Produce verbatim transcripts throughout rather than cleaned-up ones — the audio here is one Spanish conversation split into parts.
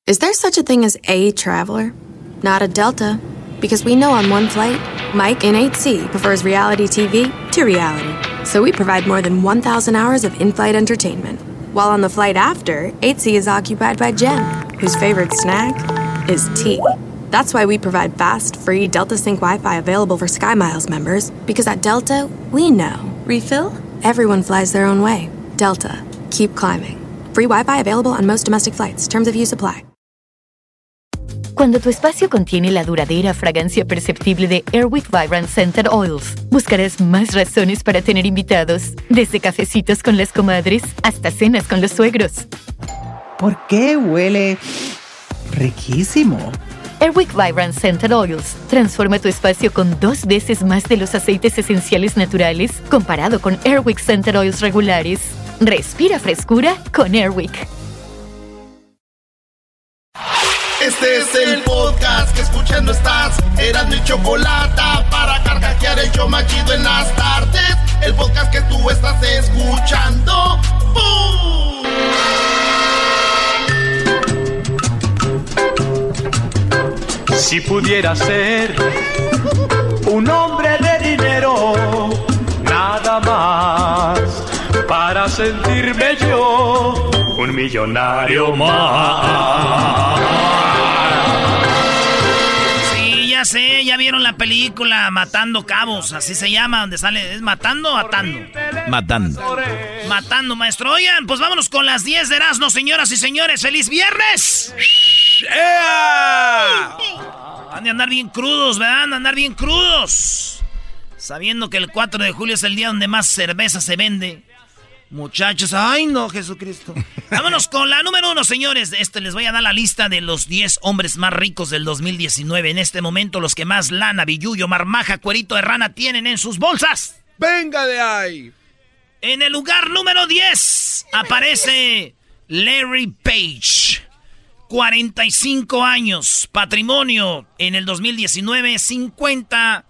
Is there such a thing as a traveler? Not a Delta. Because we know on one flight, Mike in eight C prefers reality T V to reality. So we provide more than one thousand hours of in-flight entertainment. While on the flight after, eight C is occupied by Jen, whose favorite snack is tea. That's why we provide fast, free Delta Sync Wi-Fi available for SkyMiles members. Because at Delta, we know. Refill? Everyone flies their own way. Delta. Keep climbing. Free Wi-Fi available on most domestic flights. Terms of use apply. Cuando tu espacio contiene la duradera fragancia perceptible de Airwick Vibrant Scented Oils, buscarás más razones para tener invitados, desde cafecitos con las comadres hasta cenas con los suegros. ¿Por qué huele riquísimo? Airwick Vibrant Scented Oils transforma tu espacio con dos veces más de los aceites esenciales naturales comparado con Airwick Scented Oils regulares. Respira frescura con Airwick. Este es el podcast que escuchando estás. Eran mi chocolate para carcajear el show más chido en las tardes. El podcast que tú estás escuchando. ¡Bum! Si pudiera ser un hombre de dinero, nada más para sentirme yo un millonario más. Ya sé, ya vieron la película Matando Cabos, así se llama, donde sale, ¿es matando o atando? Matando. Matando, maestro. Oigan, pues vámonos con las diez de Erasmo, señoras y señores. ¡Feliz viernes! ¡Yeah! Han de andar bien crudos, ¿verdad? Han de andar bien crudos. Sabiendo que el cuatro de julio es el día donde más cerveza se vende. Muchachos, ¡ay no, Jesucristo! Vámonos con la número uno, señores. Este les voy a dar la lista de los diez hombres más ricos del dos mil diecinueve. En este momento, los que más lana, billullo, marmaja, cuerito de rana tienen en sus bolsas. ¡Venga de ahí! En el lugar número diez aparece Larry Page. cuarenta y cinco años. Patrimonio en el dos mil diecinueve, cincuenta...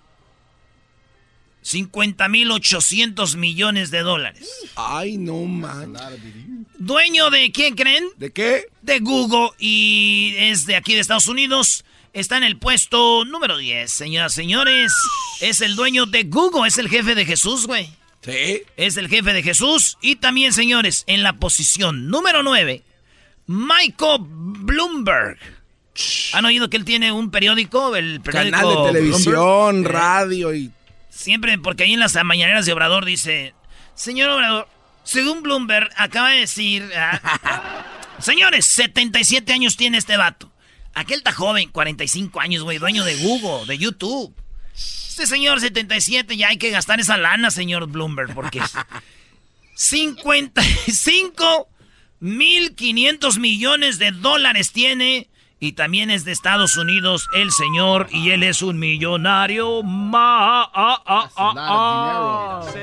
cincuenta mil ochocientos millones de dólares. Ay, no, man. Dueño de, ¿quién creen? ¿De qué? De Google, y es de aquí de Estados Unidos. Está en el puesto número diez, señoras y señores. Es el dueño de Google, es el jefe de Jesús, güey. Sí. Es el jefe de Jesús. Y también, señores, en la posición número nueve, Michael Bloomberg. ¿Han oído que él tiene un periódico? El periódico Canal de televisión, Bloomberg? radio y... Siempre, porque ahí en las mañaneras de Obrador dice... Señor Obrador, según Bloomberg, acaba de decir... Ah, señores, setenta y siete años tiene este vato. Aquel está joven, cuarenta y cinco años, güey, dueño de Google, de YouTube. Este señor, setenta y siete, ya hay que gastar esa lana, señor Bloomberg, porque... cincuenta y cinco mil quinientos millones de dólares tiene... Y también es de Estados Unidos el señor, y él es un millonario más. Ah, ah, ah, ah.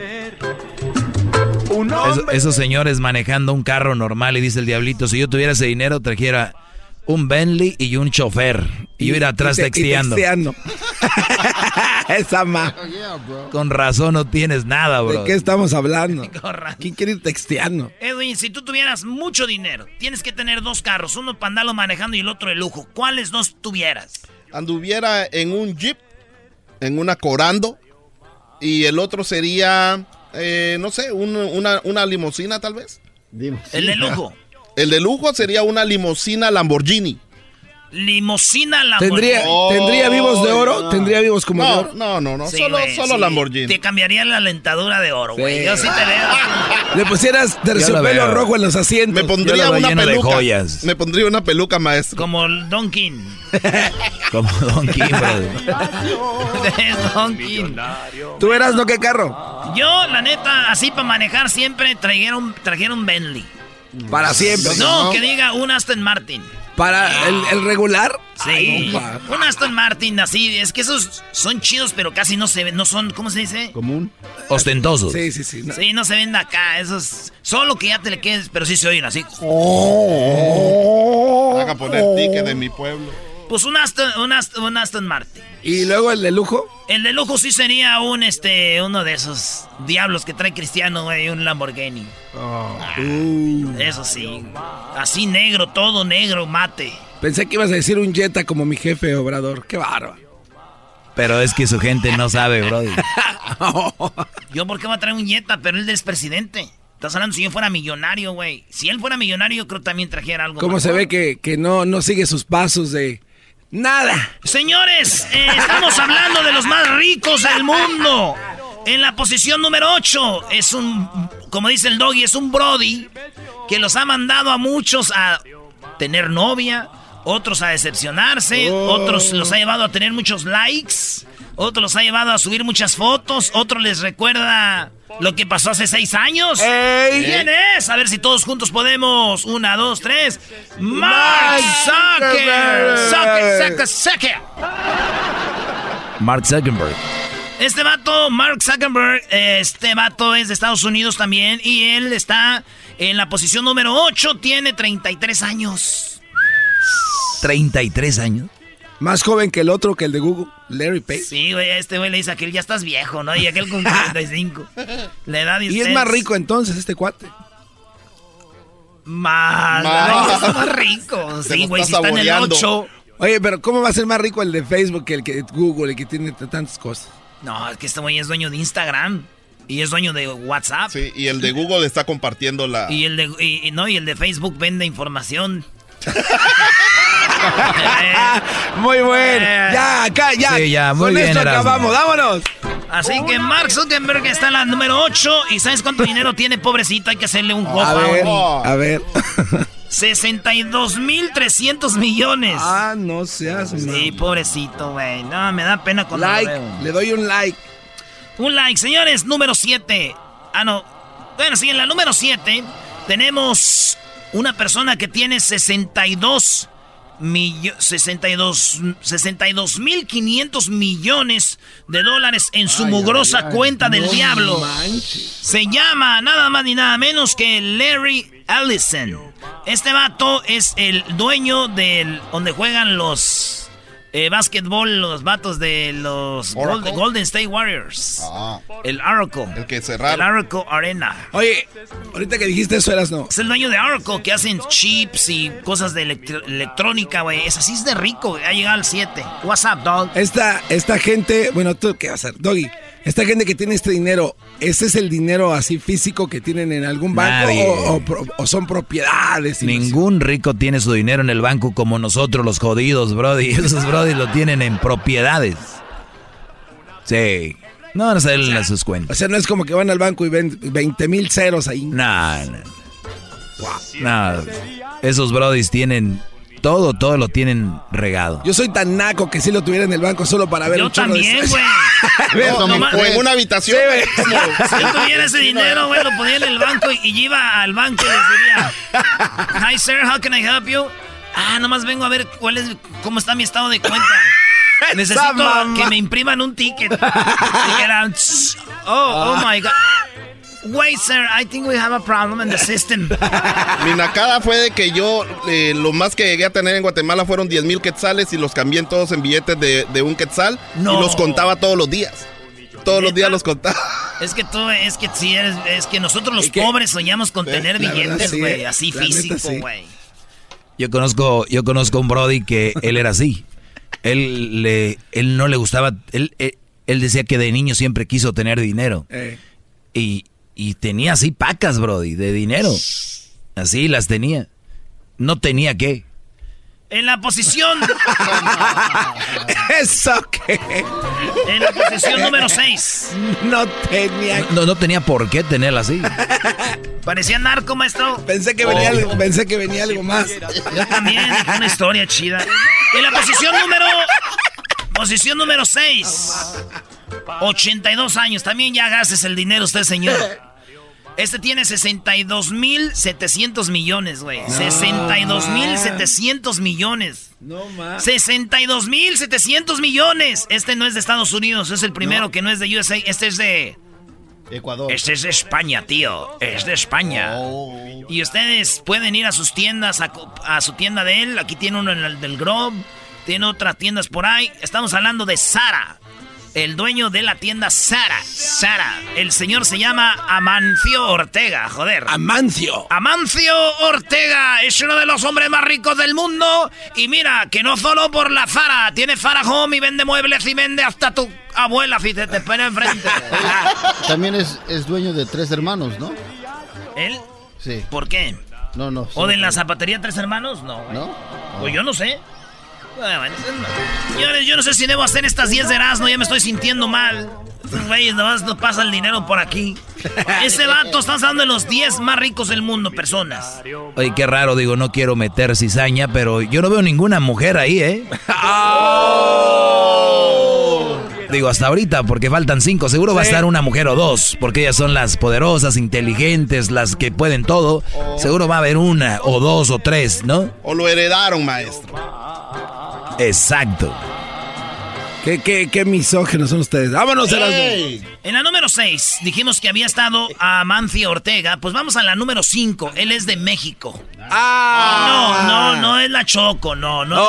Es, esos señores manejando un carro normal y dice el diablito, si yo tuviera ese dinero trajera un Bentley y un chofer. Y yo ir atrás y te, texteando. Y texteando. Esa ma. Con razón no tienes nada, bro. ¿De qué estamos hablando? ¿Quién quiere ir texteando? Edwin, si tú tuvieras mucho dinero, tienes que tener dos carros, uno para andarlo manejando y el otro de lujo. ¿Cuáles dos tuvieras? Anduviera en un Jeep, en una Corando, y el otro sería, eh, no sé, un, una, una limusina tal vez. El de lujo. El de lujo sería una limusina Lamborghini. Limusina Lamborghini. ¿Tendría, oh, ¿tendría vivos de oro? no. ¿Tendría vivos como no, de oro? No, no, no, Sí, solo, wey, solo sí. Lamborghini. Te cambiaría la dentadura de oro, güey. Sí. Yo sí te veo. Le pusieras terciopelo rojo en los asientos. Me pondría una lleno peluca. de joyas. Me pondría una peluca, maestro. Como el Don King. Como Don King, brother. Don King. ¿Tú eras no qué carro? Yo, la neta, así para manejar siempre trajeron, trajeron Bentley. Para siempre. No, que diga un Aston Martin. ¿Para el, el regular? Sí, Ay, un Aston Martin así, es que esos son chidos, pero casi no se ven, no son, ¿cómo se dice? Común. Ostentosos. Sí, sí, sí. No. Sí, no se ven acá, esos, solo que ya te le quedes, pero sí se oyen así. Oh. Haga poner ticket de mi pueblo. Pues un Aston, un Aston, un Aston Martin. ¿Y luego el de lujo? El de lujo sí sería un, este, uno de esos diablos que trae Cristiano, güey, un Lamborghini. Oh. Uh. Eso sí. Así negro, todo negro, mate. Pensé que ibas a decir un Jetta como mi jefe, Obrador. Qué bárbaro. Pero es que su gente no sabe, brody. Yo, ¿por qué voy a traer un Jetta? Pero él es presidente. Estás hablando si yo fuera millonario, güey. Si él fuera millonario, yo creo que también trajera algo. ¿Cómo mejor? Se ve que, que no, no sigue sus pasos de nada? Señores, eh, estamos hablando de los más ricos del mundo. En la posición número ocho es un, como dice el Doggy, es un brody que los ha mandado a muchos a tener novia, otros a decepcionarse, oh. otros los ha llevado a tener muchos likes, otros los ha llevado a subir muchas fotos, otros les recuerda lo que pasó hace seis años. Ey. ¿Quién es? A ver si todos juntos podemos. Una, dos, tres. Mark Zuckerberg. Zucker, Zucker, Zucker. Mark Zuckerberg. Este vato, Mark Zuckerberg, este vato es de Estados Unidos también. Y él está en la posición número ocho. Tiene treinta y tres años. ¿treinta y tres años? Más joven que el otro, que el de Google, Larry Page. Sí, güey, este güey le dice a aquel, ya estás viejo, ¿no? Y aquel con cuarenta y cinco. La edad de Y ustedes... es más rico entonces este cuate. Más, más, es más rico. Sí, güey, si está en el ocho. Oye, pero ¿cómo va a ser más rico el de Facebook que el que Google, el que tiene tantas cosas? No, es que este güey es dueño de Instagram. Y es dueño de WhatsApp. Sí, y el de Google está compartiendo la... Y el de, y, y, no, y el de Facebook vende información. Muy bueno. Ya, acá, ya. Sí, ya, muy Con bien, esto Erasmo. acabamos, vámonos. Así que Mark Zuckerberg está en la número ocho. ¿Y sabes cuánto dinero tiene, pobrecito? Hay que hacerle un A ver, GoFundMe. a ver. sesenta y dos mil trescientos millones. Ah, no seas Sí, mal. pobrecito, güey. No, me da pena cuando Like, lo veo. le doy un like. Un like, señores. Número siete. Ah, no. Bueno, sí, en la número siete tenemos una persona que tiene sesenta y dos mil quinientos millones de dólares en su Ay, mugrosa ay, ay, cuenta del no diablo. manches. Se llama nada más ni nada menos que Larry Ellison. Este vato es el dueño del donde juegan los eh, básquetbol, los vatos de los Golden, Golden State Warriors. Ah, El Oracle. el que cerraron. El Oracle Arena. Oye, ahorita que dijiste eso eras no. Es el dueño de Oracle, que hacen chips y cosas de electro- electrónica, güey. Es así, es de rico, güey. Ha llegado al siete. What's up, dog? Esta, esta gente, bueno, ¿tú qué vas a hacer? Doggy, esta gente que tiene este dinero, ¿ese es el dinero así físico que tienen en algún banco Nadie. o, o pro- o son propiedades? Ningún rico tiene su dinero en el banco como nosotros los jodidos, brody. Esos brody lo tienen en propiedades. Sí. No van a salir en sus O cuentas. sea, no es como que van al banco y ven veinte mil ceros ahí. No, no. No. Esos brodis tienen todo, todo lo tienen regado. Yo soy tan naco que si lo tuviera en el banco solo para ver Yo un chorro de- también, güey. No, No, o no, en una habitación. Sí, güey. Si yo tuviera ese dinero, güey, lo ponía en el banco y, y iba al banco y les diría, hi, sir, how can I help you? Ah, nomás vengo a ver cuál es, cómo está mi estado de cuenta. Necesito mamá. que me impriman un ticket. Y eran, oh, oh my God. Wait, sir, I think we have a problem in the system. Mi nacada fue de que yo, eh, lo más que llegué a tener en Guatemala fueron diez mil quetzales y los cambié todos en billetes de, de un quetzal. No. Y los contaba todos los días. Todos los ¿Neta? días los contaba. Es que tú, es que sí, eres, es que nosotros los ¿Y qué? pobres soñamos con Eh, tener la verdad, billetes, sí, güey, eh. así La neta, físico, sí. güey. Yo conozco, yo conozco un brody que él era así. Él le, él no le gustaba, él, él, él decía que de niño siempre quiso tener dinero. Eh. Y, y tenía así pacas, brody, de dinero. Así las tenía. No tenía qué. En la posición, ¿Eso qué? en la posición número seis. No tenía... No, no tenía por qué tenerla así. Parecía narco, maestro. Pensé que venía, algo, pensé que venía algo más. Yo también, una historia chida. En la posición número... Posición número seis. ochenta y dos años. También ya gastes el dinero usted, señor. Este tiene sesenta y dos mil setecientos millones, güey. sesenta y dos mil setecientos millones. No más. sesenta y dos mil setecientos millones. Este no es de Estados Unidos, es el primero que no es de U S A. Este es de... Ecuador. Este es de España, tío. Es de España. Y ustedes pueden ir a sus tiendas, a, co- a su tienda de él. Aquí tiene uno en el del Grove. tiene otras tiendas por ahí. Estamos hablando de Zara. El dueño de la tienda Zara. Zara. El señor se llama Amancio Ortega, joder. Amancio. Amancio Ortega es uno de los hombres más ricos del mundo. Y mira, que no solo por la Zara. Tiene Zara Home y vende muebles y vende hasta tu abuela, fíjate, te espera enfrente. También es, es dueño de tres hermanos, ¿no? ¿Él? Sí. ¿Por qué? No, no. ¿O de la zapatería Tres Hermanos? No. ¿No? No. Pues yo no sé. Señores, yo no sé si debo hacer estas diez de Erasmo, ya me estoy sintiendo mal. Estos güeyes nomás no pasa el dinero por aquí. Ese vato, estamos hablando de los diez más ricos del mundo, personas. Oye, qué raro, digo, no quiero meter cizaña, pero yo no veo ninguna mujer ahí, ¿eh? Oh. Digo, hasta ahorita, porque faltan cinco. Seguro sí. Va a estar una mujer o dos, porque ellas son las poderosas, inteligentes, las que pueden todo. Oh. Seguro va a haber una, o dos, o tres, ¿no? O lo heredaron, maestro. Exacto. ¿Qué, qué, qué misógenos son ustedes? ¡Vámonos! Hey. En la número seis, dijimos que había estado Amancio Ortega. Pues vamos a la número cinco. Él es de México. ¡Ah! No, no, no es la Choco, no, no.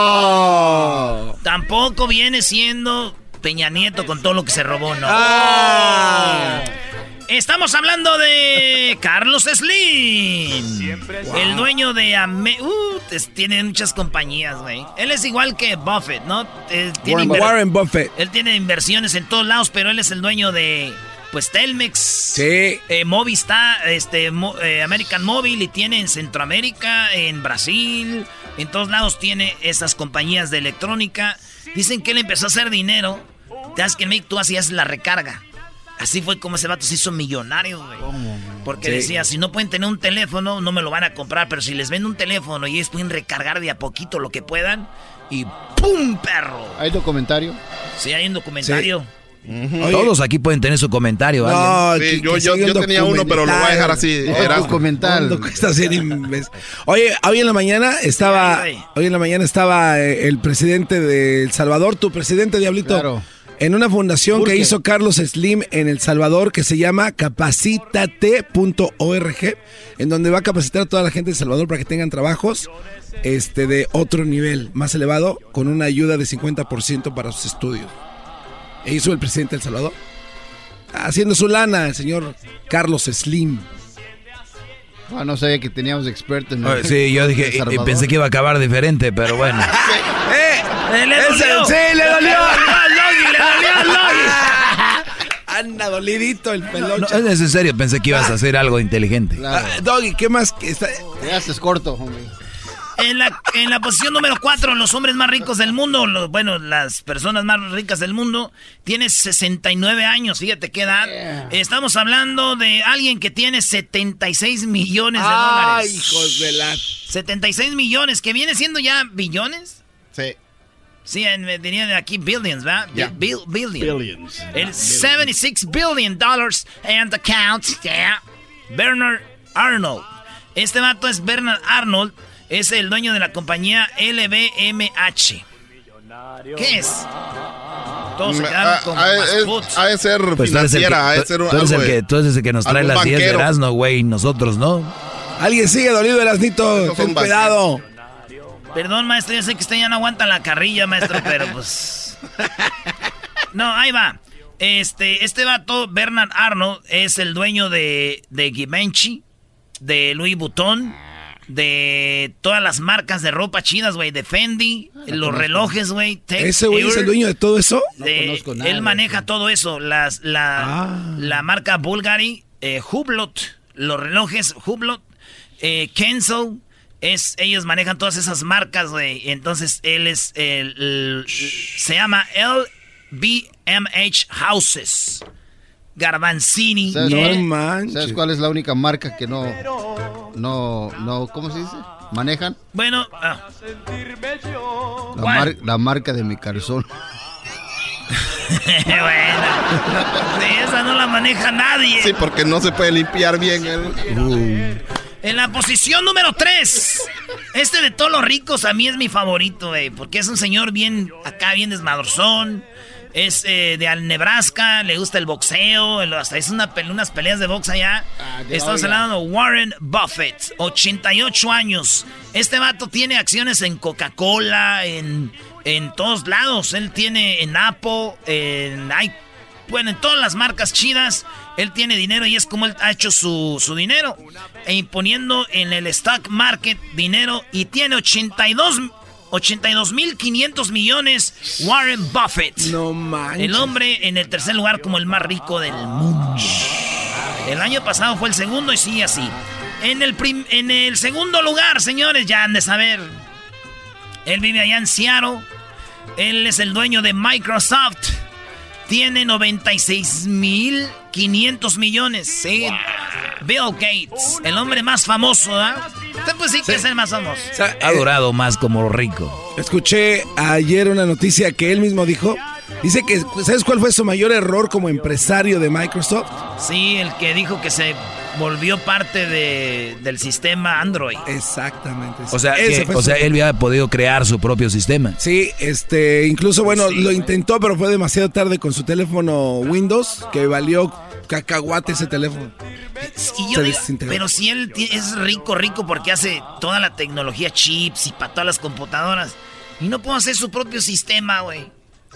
Oh. Tampoco viene siendo Peña Nieto con todo lo que se robó, no. Ah. Estamos hablando de Carlos Slim. Wow. El dueño de... Ame uh, tiene muchas compañías, güey. Él es igual que Buffett, ¿no? Él tiene Warren, Warren Buffett. Él tiene inversiones en todos lados, pero él es el dueño de... Pues Telmex. Sí. Eh, Movistar, este, Mo, eh, American Mobile, y tiene en Centroamérica, en Brasil. En todos lados tiene esas compañías de electrónica. Dicen que él empezó a hacer dinero. Te das que en México tú hacías la recarga. Así fue como ese vato se hizo millonario, güey. Porque sí. Decía, si no pueden tener un teléfono, no me lo van a comprar. Pero si les venden un teléfono y ellos pueden recargar de a poquito lo que puedan. Y ¡pum, perro! ¿Hay documentario? Sí, hay un documentario. Sí. Uh-huh. Todos aquí pueden tener su comentario. No, sí, que, yo, que yo, yo tenía uno, pero lo voy a dejar así. Oh, era documental. Oye, hoy en la mañana estaba, ay, ay. hoy en la mañana estaba el presidente de El Salvador, tu presidente, Diablito. Claro. En una fundación que hizo Carlos Slim en El Salvador que se llama Capacitate punto org, en donde va a capacitar a toda la gente de El Salvador para que tengan trabajos este, de otro nivel, más elevado, con una ayuda de cincuenta por ciento para sus estudios. E hizo el presidente de El Salvador, haciendo su lana, el señor Carlos Slim. Ah, no sabía que teníamos expertos en el, sí, yo dije, y, y pensé que iba a acabar diferente, pero bueno. ¡Eh! ¡Le dolió! ¡Sí, le dolió! ¡Le dolió al Logi! Anda dolidito el pelón. No, es en serio, pensé que ibas a hacer algo inteligente. Claro. Ah, Doggy, ¿qué más? Está... Te haces corto, hombre. En la, en la posición número cuatro, los hombres más ricos del mundo, los, bueno, las personas más ricas del mundo, tiene sesenta y nueve años, fíjate qué edad. Yeah. Estamos hablando de alguien que tiene setenta y seis millones de Ay, dólares. ¡Ay, hijos de la... setenta y seis millones, que viene siendo ya billones. Sí. Sí, me dirían de aquí billions, ¿verdad? Yeah. Bill, billion. Billions. El setenta y seis billion dollars and account. Yeah. Bernard Arnold. Este vato es Bernard Arnold. Es el dueño de la compañía L V M H. ¿Qué es? Todos se quedaron como mascots. Ha de ser pues financiera, ha de ser tú, eres el que, tú eres el que nos trae las diez de Erasmo, güey, nosotros no. Alguien sigue dolido, Erasnito, ten cuidado. Perdón, maestro, yo sé que usted ya no aguanta la carrilla, maestro, pero pues... No, ahí va. Este, este vato, Bernard Arnold, es el dueño de, de Givenchy, de Louis Vuitton, de todas las marcas de ropa chidas, güey, de Fendi, ah, los conozco. Relojes, güey. ¿Ese güey es el dueño de todo eso? De, no conozco nada. Él maneja todo eso, las, la, ah. la marca Bulgari, eh, Hublot, los relojes Hublot, eh, Kenzo, es, ellos manejan todas esas marcas, güey. Entonces él es, el, el, se llama L V M H Houses. Garbanzini. ¿Sabes, no cuál, manches. ¿Sabes cuál es la única marca que no, no, no, ¿cómo se dice? ¿Manejan? Bueno, ah. la, mar, la marca de mi calzón. Bueno, esa no la maneja nadie. Sí, porque no se puede limpiar bien el... Uh. En la posición número tres, este de todos los ricos a mí es mi favorito, güey, porque es un señor bien, acá bien desmadrozón. Es eh, de Nebraska, le gusta el boxeo, hasta hizo una, unas peleas de box allá. Ah, Estamos hablando de Warren Buffett, ochenta y ocho años. Este vato tiene acciones en Coca-Cola, en, en todos lados. Él tiene en Apple, en, bueno, en todas las marcas chidas. Él tiene dinero y es como él ha hecho su, su dinero. E imponiendo en el stock market dinero y tiene ochenta y dos mil quinientos millones Warren Buffett. No manches. El hombre en el tercer lugar como el más rico del mundo. El año pasado fue el segundo y sigue así. En el, prim- en el segundo lugar, señores, ya han de saber. Él vive allá en Seattle. Él es el dueño de Microsoft. Tiene noventa y seis mil quinientos millones. Sí. Wow. Bill Gates, el hombre más famoso, ¿verdad? Usted pues sí que es el más famoso. O sea, ha durado más como rico. Escuché ayer una noticia que él mismo dijo. Dice que, ¿sabes cuál fue su mayor error como empresario de Microsoft? Sí, el que dijo que se volvió parte de, del sistema Android. Exactamente. O sea, que, o sea él había podido crear su propio sistema. Sí, este, incluso, bueno, sí, lo intentó, pero fue demasiado tarde con su teléfono Windows, que valió cacahuate ese teléfono. Y yo digo, pero si él es rico, rico porque hace toda la tecnología, chips y para todas las computadoras, y no puedo hacer su propio sistema, güey.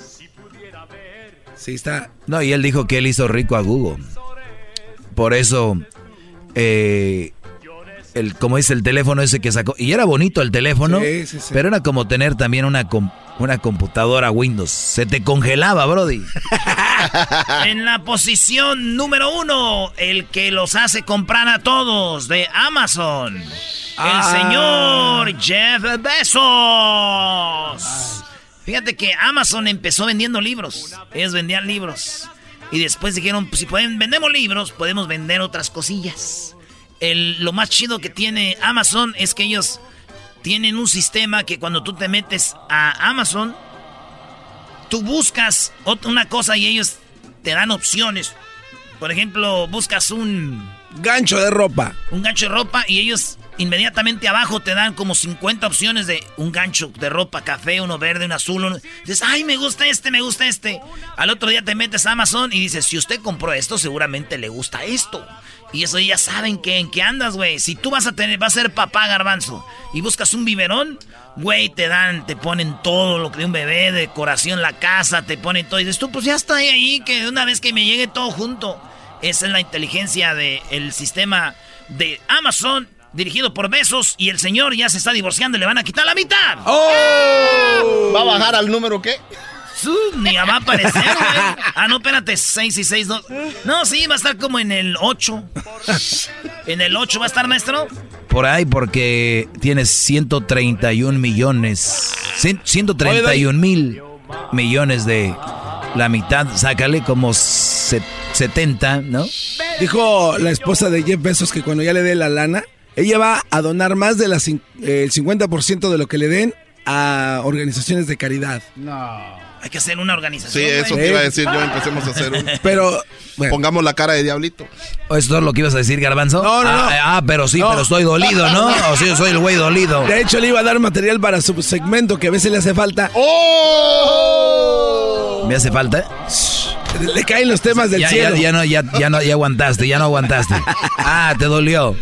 Sí, está. No, y él dijo que él hizo rico a Google. Por eso, eh, el, como dice el teléfono ese que sacó, y era bonito el teléfono, sí, sí, sí. Pero era como tener también una, una computadora Windows. Se te congelaba, brody. En la posición número uno, el que los hace comprar a todos, de Amazon. Ah. El señor Jeff Bezos. Fíjate que Amazon empezó vendiendo libros. Ellos vendían libros. Y después dijeron, pues, si pueden, vendemos libros, podemos vender otras cosillas. El, lo más chido que tiene Amazon es que ellos tienen un sistema que cuando tú te metes a Amazon, tú buscas otra, una cosa y ellos te dan opciones. Por ejemplo, buscas un... gancho de ropa. Un gancho de ropa y ellos inmediatamente abajo te dan como cincuenta opciones de un gancho de ropa, café, uno verde, un azul. Uno... Dices, ay, me gusta este, me gusta este. Al otro día te metes a Amazon y dices, si usted compró esto, seguramente le gusta esto. Y eso ya saben que en qué andas, güey. Si tú vas a tener, vas a ser papá, garbanzo, y buscas un biberón, güey, te dan, te ponen todo lo que de un bebé, decoración, la casa, te ponen todo. Y dices tú, pues ya está ahí, que una vez que me llegue todo junto. Esa es la inteligencia del sistema de Amazon, dirigido por Bezos, y el señor ya se está divorciando y le van a quitar la mitad. ¡Oh! ¿Va a bajar al número qué? Ni va a aparecer, güey. Ah, no, espérate, seis y seis, no. No, sí, va a estar como en el ocho. ¿En el ocho va a estar, maestro? Por ahí, porque tienes ciento treinta y un millones. ciento treinta y un mil millones de la mitad. Sácale como setenta, ¿no? Dijo la esposa de Jeff Bezos que cuando ya le dé la lana, ella va a donar más del eh, cincuenta por ciento de lo que le den a organizaciones de caridad. No. Hay que hacer una organización. Sí, eso te iba a decir yo. Empecemos a hacer un. Pero. Bueno. Pongamos la cara de Diablito. ¿Eso es lo que ibas a decir, Garbanzo? No, no, ah, no. Ah, pero sí, no. Pero estoy dolido, ¿no? O sí, yo soy el güey dolido. De hecho, le iba a dar material para su segmento que a veces le hace falta. ¡Oh! ¿Me hace falta? Le caen los temas del ya, cielo. Ya, ya, no, ya, ya no, ya aguantaste, ya no aguantaste. Ah, te dolió.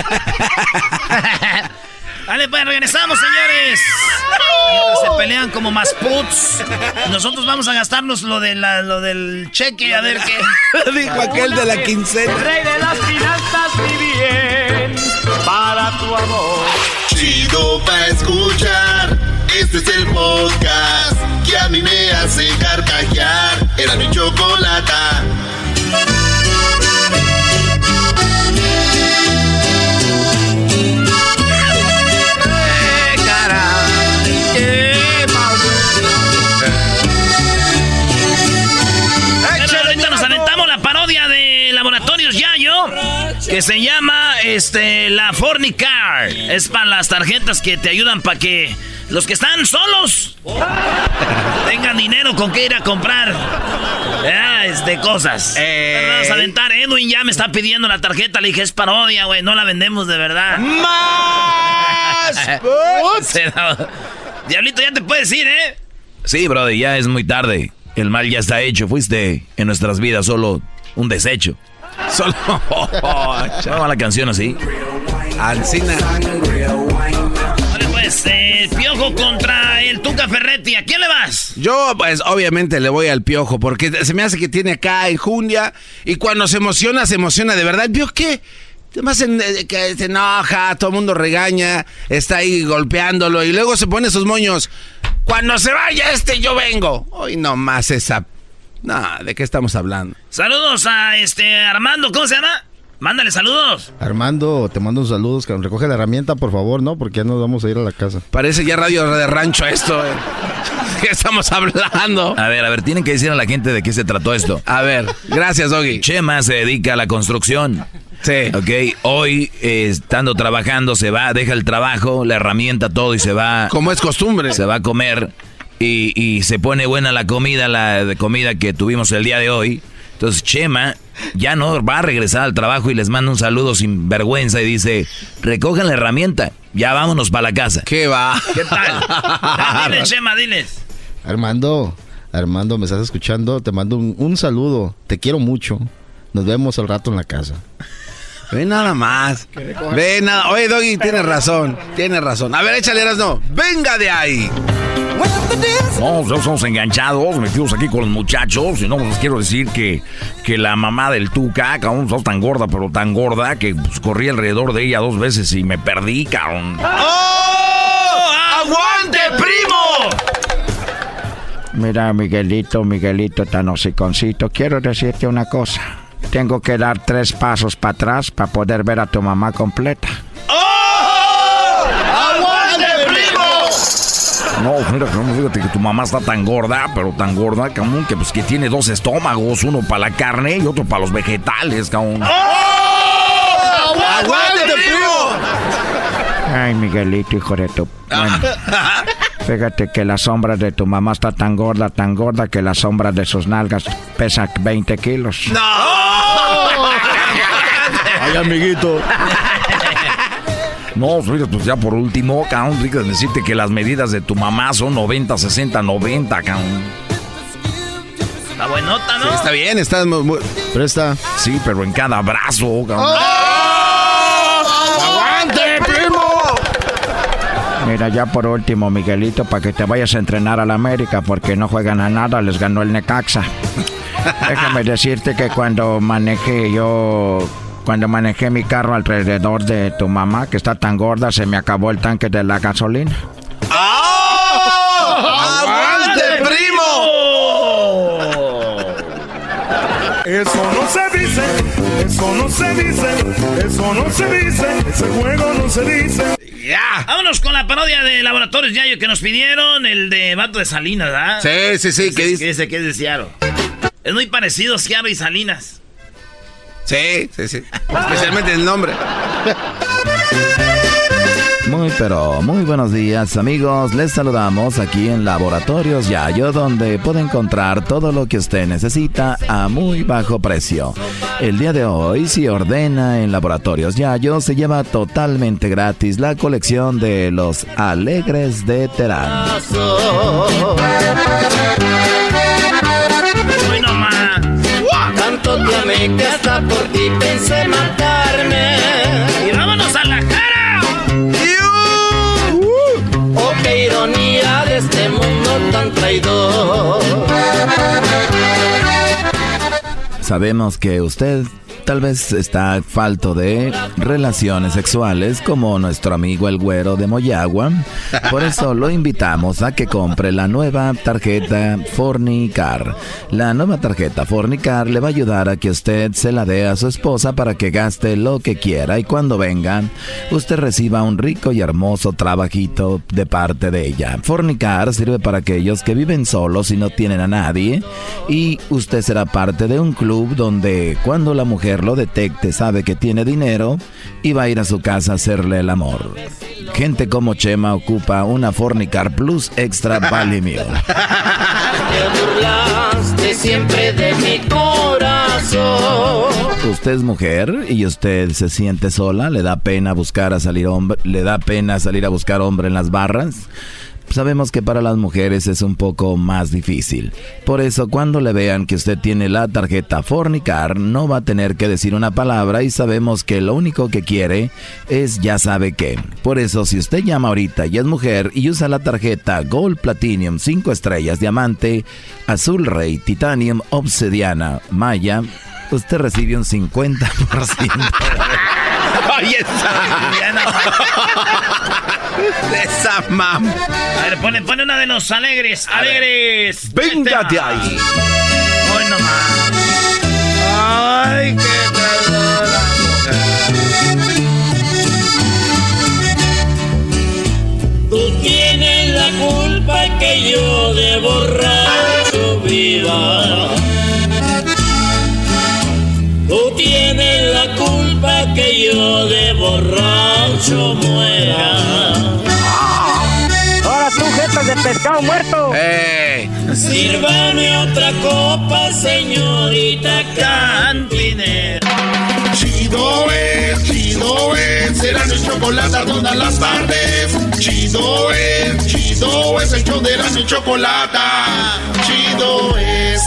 Vale, pues regresamos, señores. Mientras se pelean como más puts, nosotros vamos a gastarnos lo, de la, lo del cheque, a ver qué. Dijo aquel de la quincena. El rey de las finanzas, mi bien, para tu amor. Chido pa' escuchar. Este es el podcast que a mí me hace carcajear. Era mi chocolata. Ahorita nos aventamos la parodia de Laboratorios Yayo, que se llama este la Fornicar. Es para las tarjetas que te ayudan para que los que están solos tengan dinero con que ir a comprar ah, este, cosas. Eh. Vamos a aventar. Edwin ya me está pidiendo la tarjeta. Le dije, es parodia, güey, no la vendemos de verdad. ¡Más! Diablito, ya te puedes ir, ¿eh? Sí, brother, ya es muy tarde. El mal ya está hecho. Fuiste en nuestras vidas solo un desecho. Solo... ¿Cómo va la canción así? Ancina. Vale, pues, eh, el Piojo contra el Tuca Ferretti. ¿A quién le vas? Yo, pues, obviamente le voy al Piojo, porque se me hace que tiene acá enjundia, y cuando se emociona, se emociona de verdad. ¿El Piojo qué? Además se, que se enoja, todo el mundo regaña, está ahí golpeándolo, y luego se pone sus moños. Cuando se vaya este, yo vengo. Hoy nomás esa... No, ¿de qué estamos hablando? Saludos a este Armando, ¿cómo se llama? Mándale saludos. Armando, te mando saludos, que recoge la herramienta, por favor, ¿no? Porque ya nos vamos a ir a la casa. Parece ya radio de rancho esto, ¿eh? ¿De qué estamos hablando? A ver, a ver, tienen que decir a la gente de qué se trató esto. A ver, gracias, Doggy. Chema se dedica a la construcción. Sí. Ok, hoy, eh, estando trabajando, se va, deja el trabajo, la herramienta, todo, y se va... Como es costumbre. Se va a comer, y, y se pone buena la comida, la de comida que tuvimos el día de hoy. Entonces Chema ya no va a regresar al trabajo y les manda un saludo sin vergüenza y dice, recojan la herramienta, ya vámonos para la casa. ¿Qué va? ¿Qué tal? Dile, Chema, diles. Armando, Armando, ¿me estás escuchando? Te mando un, un saludo, te quiero mucho. Nos vemos al rato en la casa. Ve nada más. Ve nada. Oye, Doggy, tienes razón. Tienes razón. A ver, échale, no. Venga de ahí. No, ya estamos enganchados, metidos aquí con los muchachos. Y no, les quiero decir que, que la mamá del Tuca, cabrón, está tan gorda, pero tan gorda, que pues, corrí alrededor de ella dos veces y me perdí, cabrón. ¡Oh! ¡Aguante, primo! Mira, Miguelito, Miguelito tan hociconcito, quiero decirte una cosa. Tengo que dar tres pasos para atrás para poder ver a tu mamá completa. ¡Oh! ¡Aguante, primo! No, mira, fíjate que tu mamá está tan gorda, pero tan gorda, cabrón, que pues que tiene dos estómagos, uno para la carne y otro para los vegetales, cabrón. ¡Oh! ¡Aguante, primo! Ay, Miguelito, hijo de tu... Bueno, fíjate que la sombra de tu mamá está tan gorda, tan gorda, que la sombra de sus nalgas pesa veinte kilos. ¡No! Ay, amiguito. No, fíjate, pues ya por último, cabrón, fíjate decirte que las medidas de tu mamá son noventa, sesenta, noventa, cabrón. Está buenota, ¿no? Sí, está bien, está muy... muy... Pero está... Sí, pero en cada brazo, cabrón. ¡Oh! ¡Aguante, primo! Mira, ya por último, Miguelito, para que te vayas a entrenar a la América, porque no juegan a nada, les ganó el Necaxa. Déjame decirte que cuando manejé yo... Cuando manejé mi carro alrededor de tu mamá, que está tan gorda, se me acabó el tanque de la gasolina. ¡Oh! ¡Aguante, primo! Eso no se dice, eso no se dice, eso no se dice, ese juego no se dice. Ya. Vámonos con la parodia de Laboratorios Yayo que nos pidieron, el de Vato de Salinas, ¿verdad? Sí, sí, sí. ¿Qué dice? ¿Qué dice? ¿Qué es de Seattle? Es muy parecido a Seattle y Salinas. Sí, sí, sí. Especialmente el nombre. Muy pero muy buenos días, amigos. Les saludamos aquí en Laboratorios Yayo, donde puede encontrar todo lo que usted necesita a muy bajo precio. El día de hoy, si ordena en Laboratorios Yayo, se lleva totalmente gratis la colección de los Alegres de Terán. Hoy no más. Tanto te amé que hasta por ti pensé matarme. Y vámonos a la cara. Uh, oh, qué ironía de este mundo tan traidor. Sabemos que usted tal vez está falto de relaciones sexuales como nuestro amigo el güero de Moyagua. Por eso lo invitamos a que compre la nueva tarjeta Fornicar. La nueva tarjeta Fornicar le va a ayudar a que usted se la dé a su esposa para que gaste lo que quiera y cuando venga, usted reciba un rico y hermoso trabajito de parte de ella. Fornicar sirve para aquellos que viven solos y no tienen a nadie, y usted será parte de un club donde cuando la mujer lo detecte sabe que tiene dinero y va a ir a su casa a hacerle el amor. Gente como Chema ocupa una Fornicar Plus Extra Vale Mío. Te burlaste siempre de mi corazón. Usted es mujer y usted se siente sola, le da pena buscar a salir hombre, le da pena salir a buscar hombre en las barras. sabemos que para las mujeres es un poco más difícil. Por eso cuando le vean que usted tiene la tarjeta Fornicar, no va a tener que decir una palabra y sabemos que lo único que quiere es ya sabe qué. Por eso si usted llama ahorita y es mujer y usa la tarjeta Gold, Platinum, cinco estrellas, Diamante, Azul Rey, Titanium, Obsidiana, Maya, usted recibe un cincuenta por ciento. ¡Ay, esa! ¡Esa mam! A ver, pone, pone una de los alegres. ¡Alegres! ¡Véngate ahí! ¡Hoy nomás! ¡Ay, qué traidora! Tú tienes la culpa que yo de borracho viva. Tú tienes la culpa que yo de borracho muera. Ahora tú, jetas de pescado muerto. ¡Eh! Sírvame otra copa, señorita cantinera. Chido es, chido es, Erasmo y Chocolata todas las tardes. Chido es, chido es, el show de Erasmo y Chocolata. Chido es.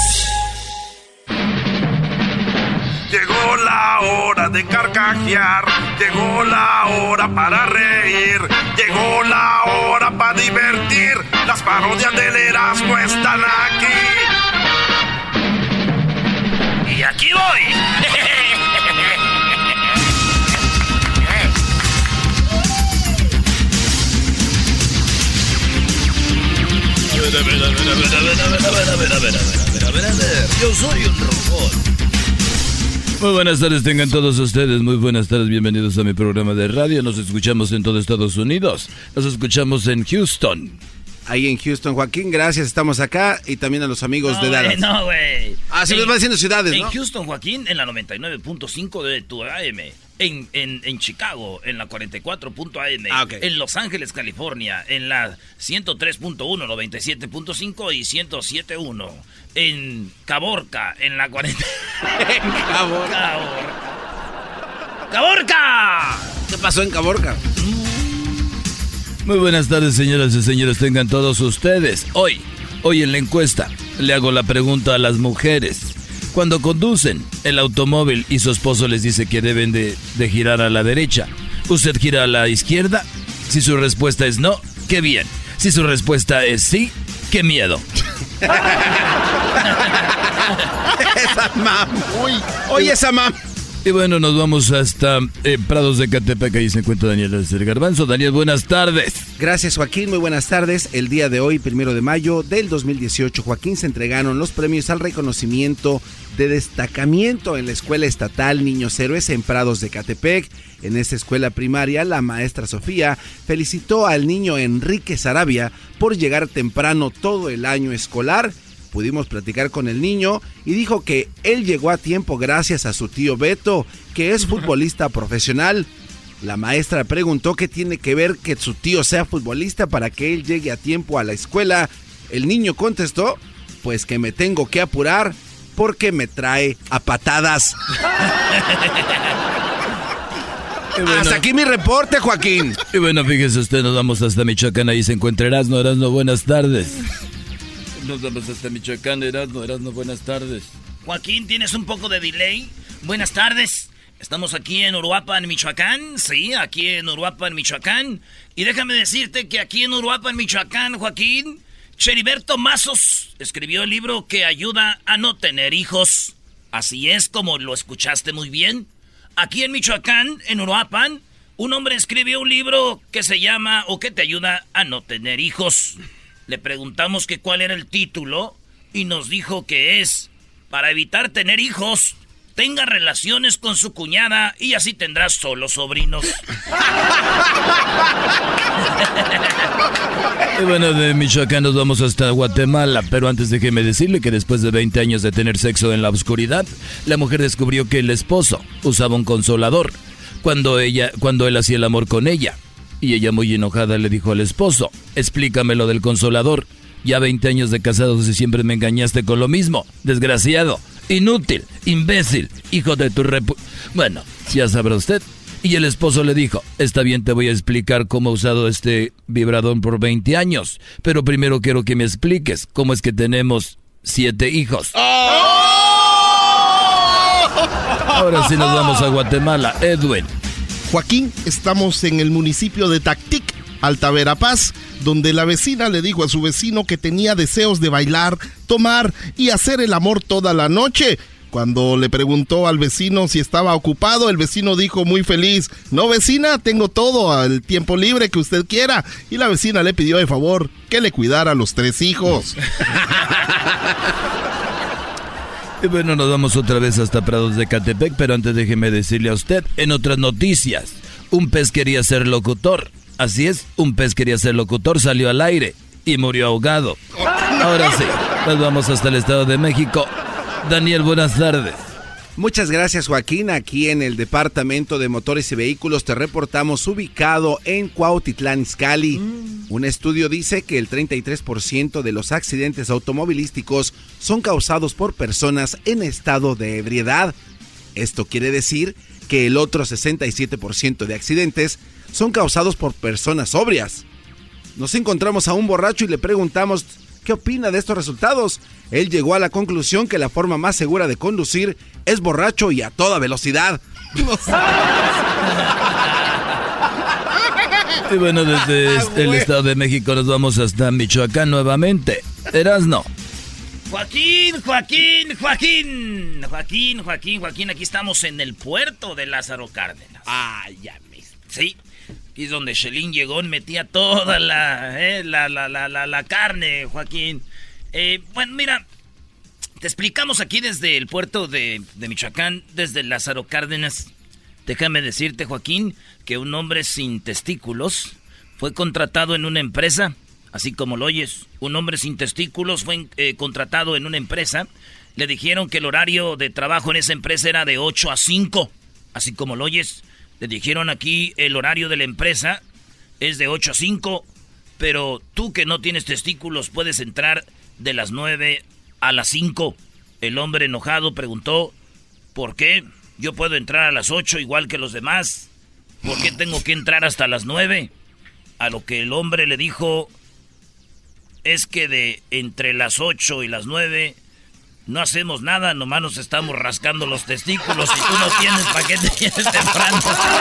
Llegó la hora de carcajear, llegó la hora para reír, llegó la hora para divertir. Las parodias del Erasmo están aquí. Y aquí voy. Yo soy un robot. Muy buenas tardes, tengan todos ustedes, muy buenas tardes, bienvenidos a mi programa de radio. Nos escuchamos en todo Estados Unidos, nos escuchamos en Houston. Ahí en Houston, Joaquín, gracias, estamos acá. Y también a los amigos no, de Dallas. Wey, no, güey. Ah, se nos va diciendo ciudades, ¿no? En Houston, Joaquín, en la noventa y nueve punto cinco de tu A M. En, en, en Chicago, en la cuarenta y cuatro punto A M. Ah, okay. En Los Ángeles, California, en la ciento tres punto uno, noventa y siete punto cinco y ciento siete punto uno. En Caborca, en la cuarenta. En Caborca. Caborca. ¡Caborca! ¿Qué pasó en Caborca? Muy buenas tardes, señoras y señores, tengan todos ustedes. Hoy, hoy en la encuesta, le hago la pregunta a las mujeres. Cuando conducen el automóvil y su esposo les dice que deben de, de girar a la derecha, ¿usted gira a la izquierda? Si su respuesta es no, ¡qué bien! Si su respuesta es sí, ¡qué miedo! Esa mam. Uy, oye esa mam. Y bueno, nos vamos hasta eh, Prados de Catepec, ahí se encuentra Daniel el Garbanzo. Daniel, buenas tardes. Gracias, Joaquín, muy buenas tardes. El día de hoy, primero de mayo del dos mil dieciocho, Joaquín, se entregaron los premios al reconocimiento de destacamiento en la Escuela Estatal Niños Héroes en Prados de Catepec. En esta escuela primaria, la maestra Sofía felicitó al niño Enrique Sarabia por llegar temprano todo el año escolar. Pudimos platicar con el niño y dijo que él llegó a tiempo gracias a su tío Beto, que es futbolista profesional. La maestra preguntó qué tiene que ver que su tío sea futbolista para que él llegue a tiempo a la escuela. El niño contestó, pues que me tengo que apurar porque me trae a patadas. Bueno, hasta aquí mi reporte, Joaquín. Y bueno, fíjese usted, nos vamos hasta Michoacán, ahí se encuentra Erasmo. Erasmo, buenas tardes. Nos vamos hasta Michoacán, Erasmo, Erasmo, buenas tardes. Joaquín, ¿tienes un poco de delay? Buenas tardes. Estamos aquí en Uruapan, Michoacán. Sí, aquí en Uruapan, Michoacán. Y déjame decirte que aquí en Uruapan, Michoacán, Joaquín, Cheriberto Mazos escribió el libro que ayuda a no tener hijos. Así es como lo escuchaste muy bien. Aquí en Michoacán, en Uruapan, un hombre escribió un libro que se llama o que te ayuda a no tener hijos. Le preguntamos que cuál era el título y nos dijo que es para evitar tener hijos, tenga relaciones con su cuñada y así tendrás solo sobrinos. Y bueno, de Michoacán nos vamos hasta Guatemala, pero antes déjeme decirle que después de veinte años de tener sexo en la oscuridad, la mujer descubrió que el esposo usaba un consolador cuando ella, cuando él hacía el amor con ella. Y ella muy enojada le dijo al esposo, explícame lo del consolador. Ya veinte años de casados y siempre me engañaste con lo mismo. Desgraciado, inútil, imbécil, hijo de tu repu... Bueno, ya sabrá usted. Y el esposo le dijo, está bien, te voy a explicar cómo he usado este vibrador por veinte años, pero primero quiero que me expliques cómo es que tenemos siete hijos. Ahora sí nos vamos a Guatemala. Edwin. Joaquín, estamos en el municipio de Tactic, Alta Verapaz, donde la vecina le dijo a su vecino que tenía deseos de bailar, tomar y hacer el amor toda la noche. Cuando le preguntó al vecino si estaba ocupado, el vecino dijo muy feliz, no vecina, tengo todo el tiempo libre que usted quiera. Y la vecina le pidió de favor que le cuidara a los tres hijos. Y bueno, nos vamos otra vez hasta Prados de Catepec, pero antes déjeme decirle a usted, en otras noticias, un pez quería ser locutor. Así es, un pez quería ser locutor, salió al aire y murió ahogado. Ahora sí, nos vamos hasta el Estado de México. Daniel, buenas tardes. Muchas gracias, Joaquín. Aquí en el Departamento de Motores y Vehículos te reportamos ubicado en Cuautitlán Izcalli. Mm. Un estudio dice que el treinta y tres por ciento de los accidentes automovilísticos son causados por personas en estado de ebriedad. Esto quiere decir que el otro sesenta y siete por ciento de accidentes son causados por personas sobrias. Nos encontramos a un borracho y le preguntamos qué opina de estos resultados. Él llegó a la conclusión que la forma más segura de conducir es borracho y a toda velocidad. Y bueno, desde este, el Estado de México nos vamos hasta Michoacán nuevamente. Erasno. Joaquín, Joaquín, Joaquín. Joaquín, Joaquín, Joaquín. Aquí estamos en el puerto de Lázaro Cárdenas. Ah, ya me... Sí. Aquí es donde Shelin llegó y metía toda la, eh, la, la, la, la, la carne, Joaquín. Eh, bueno, mira, te explicamos aquí desde el puerto de, de Michoacán, desde Lázaro Cárdenas. Déjame decirte, Joaquín, que un hombre sin testículos fue contratado en una empresa, así como lo oyes. Un hombre sin testículos fue eh, contratado en una empresa. Le dijeron que el horario de trabajo en esa empresa era de ocho a cinco, así como lo oyes. Le dijeron aquí el horario de la empresa es de ocho a cinco, pero tú que no tienes testículos puedes entrar de las nueve a las cinco. El hombre enojado preguntó, ¿por qué? Yo puedo entrar a las ocho igual que los demás. ¿Por qué tengo que entrar hasta las nueve? A lo que el hombre le dijo, es que de entre las ocho y las nueve no hacemos nada, nomás nos estamos rascando los testículos y tú no tienes, ¿para qué te tienes temprano?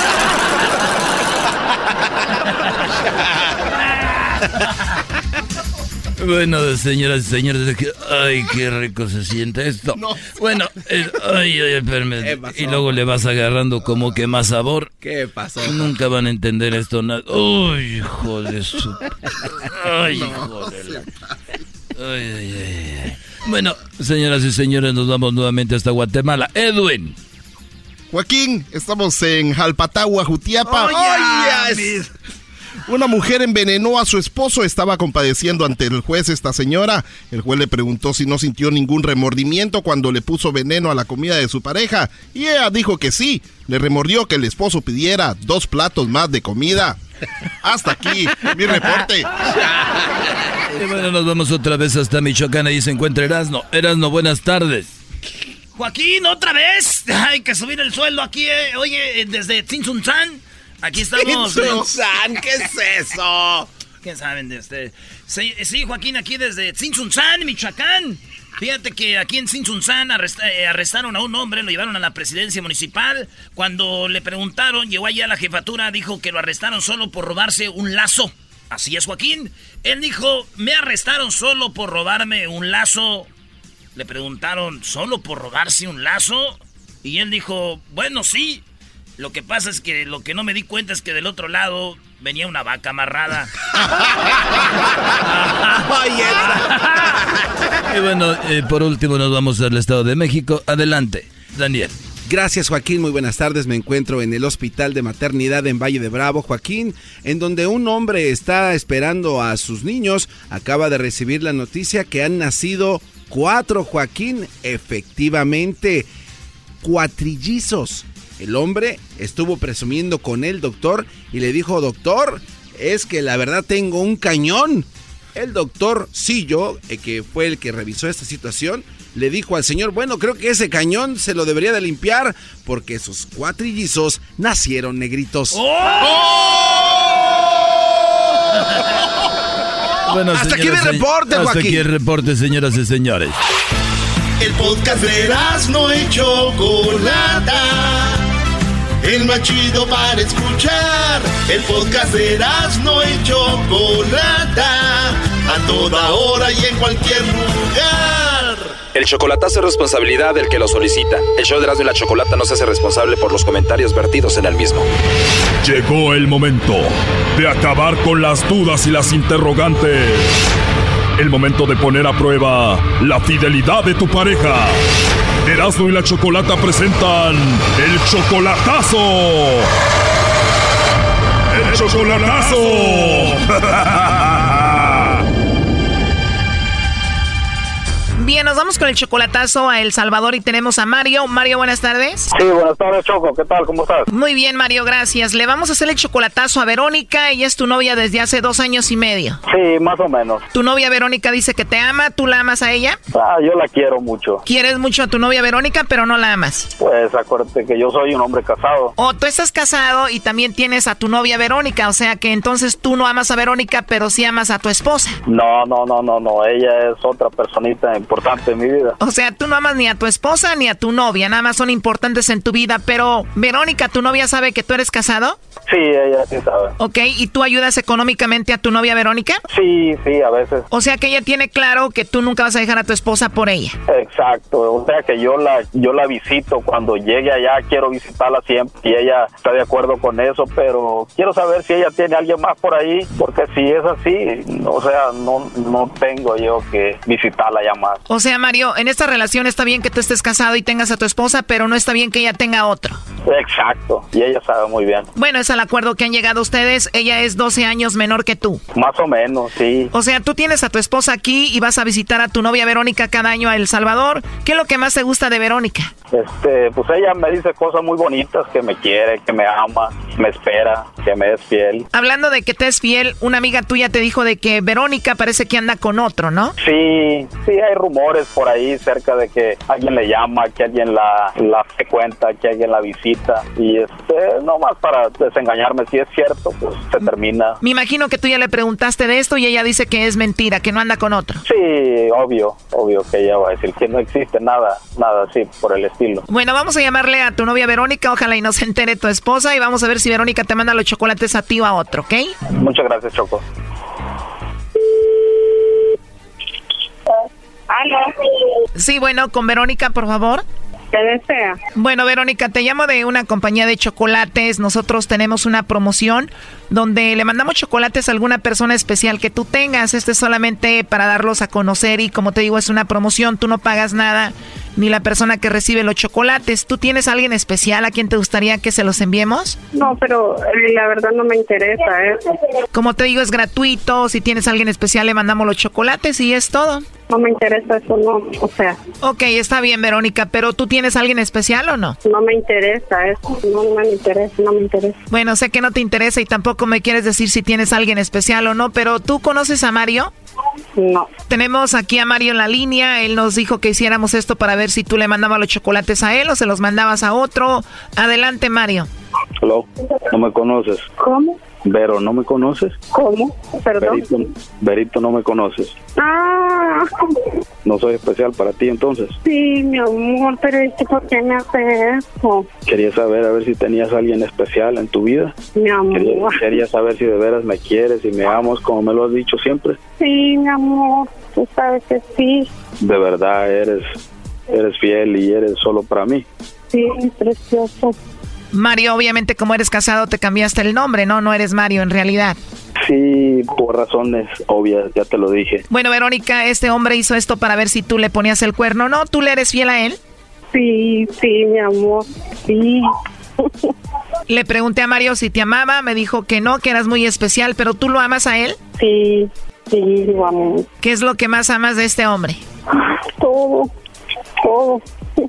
Bueno, señoras y señores, ay, qué rico se siente esto. No. Bueno, eh, ay, ay, espérame. Y luego le vas agarrando como que más sabor. ¿Qué pasó? Nunca van a entender esto nada. Uy, hijo de su... Ay, no, hijo de la... Ay, ay, ay, ay. Bueno, señoras y señores, nos vamos nuevamente hasta Guatemala. Edwin. Joaquín, estamos en Jalpatagua, Jutiapa. Oh, yeah, yes. Una mujer envenenó a su esposo, estaba compadeciendo ante el juez esta señora. El juez le preguntó si no sintió ningún remordimiento cuando le puso veneno a la comida de su pareja. Y ella dijo que sí, le remordió que el esposo pidiera dos platos más de comida. Hasta aquí, mi reporte. Y bueno, nos vamos otra vez hasta Michoacán, ahí se encuentra Erasno. Erasno, buenas tardes. Joaquín, ¿otra vez? Hay que subir el sueldo aquí, eh. Oye, desde Tzintzuntzán. Aquí estamos. Tzintzuntzán, ¿qué es eso? ¿Qué saben de usted? Sí, sí, Joaquín, aquí desde Tzintzuntzán, Michoacán. Fíjate que aquí en Tzintzuntzán arrest, eh, arrestaron a un hombre, lo llevaron a la presidencia municipal. Cuando le preguntaron, llegó allá a la jefatura, dijo que lo arrestaron solo por robarse un lazo. Así es, Joaquín. Él dijo, me arrestaron solo por robarme un lazo. Le preguntaron, ¿solo por robarse un lazo? Y él dijo, bueno, sí. Lo que pasa es que lo que no me di cuenta es que del otro lado venía una vaca amarrada. Y bueno, eh, por último nos vamos al Estado de México. Adelante, Daniel. Gracias, Joaquín, muy buenas tardes. Me encuentro en el Hospital de Maternidad en Valle de Bravo, Joaquín, en donde un hombre está esperando a sus niños. Acaba de recibir la noticia que han nacido cuatro, Joaquín, efectivamente, cuatrillizos. El hombre estuvo presumiendo con el doctor y le dijo, doctor, es que la verdad tengo un cañón. El doctor Sillo, eh, que fue el que revisó esta situación, le dijo al señor, bueno, creo que ese cañón se lo debería de limpiar porque sus cuatrillizos nacieron negritos. ¡Oh! ¡Oh! Bueno, hasta señoras, aquí mi reporte, hasta Joaquín. Hasta aquí el reporte, señoras y señores. El podcast de Erasmo y Chocolata, el más chido para escuchar. El podcast de Erasmo y Chocolata, a toda hora y en cualquier lugar. El chocolatazo es responsabilidad del que lo solicita. El show de Erasmo y la Chocolata no se hace responsable por los comentarios vertidos en el mismo. Llegó el momento de acabar con las dudas y las interrogantes. El momento de poner a prueba la fidelidad de tu pareja. Erasmo y la Chocolata presentan el chocolatazo. ¡El chocolatazo! Bien, nos vamos con el chocolatazo a El Salvador y tenemos a Mario. Mario, buenas tardes. Sí, buenas tardes, Choco. ¿Qué tal? ¿Cómo estás? Muy bien, Mario, gracias. Le vamos a hacer el chocolatazo a Verónica. Ella es tu novia desde hace dos años y medio. Sí, más o menos. Tu novia Verónica dice que te ama. ¿Tú la amas a ella? Ah, yo la quiero mucho. ¿Quieres mucho a tu novia Verónica, pero no la amas? Pues acuérdate que yo soy un hombre casado. O tú estás casado y también tienes a tu novia Verónica. O sea que entonces tú no amas a Verónica, pero sí amas a tu esposa. No, no, no, no, no. Ella es otra personita importante en mi vida. O sea, tú no amas ni a tu esposa ni a tu novia, nada más son importantes en tu vida, pero Verónica, ¿tu novia sabe que tú eres casado? Sí, ella sí sabe. Ok, ¿y tú ayudas económicamente a tu novia Verónica? Sí, sí, a veces. O sea que ella tiene claro que tú nunca vas a dejar a tu esposa por ella. Exacto, o sea que yo la yo la visito cuando llegue allá, quiero visitarla siempre y ella está de acuerdo con eso, pero quiero saber si ella tiene a alguien más por ahí, porque si es así, o sea, no, no tengo yo que visitarla ya más. O sea, Mario, en esta relación está bien que tú estés casado y tengas a tu esposa, pero no está bien que ella tenga otro. Exacto, y ella sabe muy bien. Bueno, es el acuerdo que han llegado ustedes. Ella es doce años menor que tú. Más o menos, sí. O sea, tú tienes a tu esposa aquí y vas a visitar a tu novia Verónica cada año a El Salvador. ¿Qué es lo que más te gusta de Verónica? Este, pues ella me dice cosas muy bonitas, que me quiere, que me ama, me espera, que me es fiel. Hablando de que te es fiel, una amiga tuya te dijo de que Verónica parece que anda con otro, ¿no? Sí, sí, hay rumores por ahí cerca de que alguien le llama, que alguien la, la frecuenta, que alguien la visita. Y este, nomás para desengañarme, si es cierto, pues se termina. Me imagino que tú ya le preguntaste de esto y ella dice que es mentira, que no anda con otro. Sí, obvio, obvio que ella va a decir que no existe nada, nada así por el estilo. Bueno, vamos a llamarle a tu novia Verónica, ojalá y no se entere tu esposa, y vamos a ver si Verónica te manda los chocolates a ti o a otro, ¿ok? Muchas gracias, Choco. ¿Aló? Sí, bueno, con Verónica, por favor. ¿Qué desea? Bueno, Verónica, te llamo de una compañía de chocolates. Nosotros tenemos una promoción donde le mandamos chocolates a alguna persona especial que tú tengas. Este es solamente para darlos a conocer y, como te digo, es una promoción. Tú no pagas nada, ni la persona que recibe los chocolates. ¿Tú tienes a alguien especial a quien te gustaría que se los enviemos? No, pero la verdad no me interesa, ¿eh? Como te digo, es gratuito. Si tienes a alguien especial, le mandamos los chocolates y es todo. No me interesa eso, no, o sea. Ok, está bien, Verónica, pero ¿tú tienes a alguien especial o no? No me interesa eso, no, no me interesa, no me interesa. Bueno, sé que no te interesa y tampoco me quieres decir si tienes a alguien especial o no, pero ¿tú conoces a Mario? No. Tenemos aquí a Mario en la línea. Él nos dijo que hiciéramos esto para ver si tú le mandabas los chocolates a él o se los mandabas a otro. Adelante, Mario. Hello, ¿no me conoces? ¿Cómo? Vero, ¿no me conoces? ¿Cómo? Perdón. Berito, Berito, ¿no me conoces? Ah. ¿No soy especial para ti entonces? Sí, mi amor, pero ¿este por qué me hace eso? Quería saber a ver si tenías a alguien especial en tu vida. Mi amor. Quería, quería saber si de veras me quieres y me amas como me lo has dicho siempre. Sí, mi amor, tú sabes que sí. De verdad eres, eres fiel y eres solo para mí. Sí, precioso. Mario, obviamente como eres casado te cambiaste el nombre, ¿no? No eres Mario en realidad. Sí, por razones obvias, ya te lo dije. Bueno, Verónica, este hombre hizo esto para ver si tú le ponías el cuerno, ¿no? ¿Tú le eres fiel a él? Sí, sí, mi amor, sí. Le pregunté a Mario si te amaba, me dijo que no, que eras muy especial, pero ¿tú lo amas a él? Sí, sí, lo amo. ¿Qué es lo que más amas de este hombre? Todo, todo.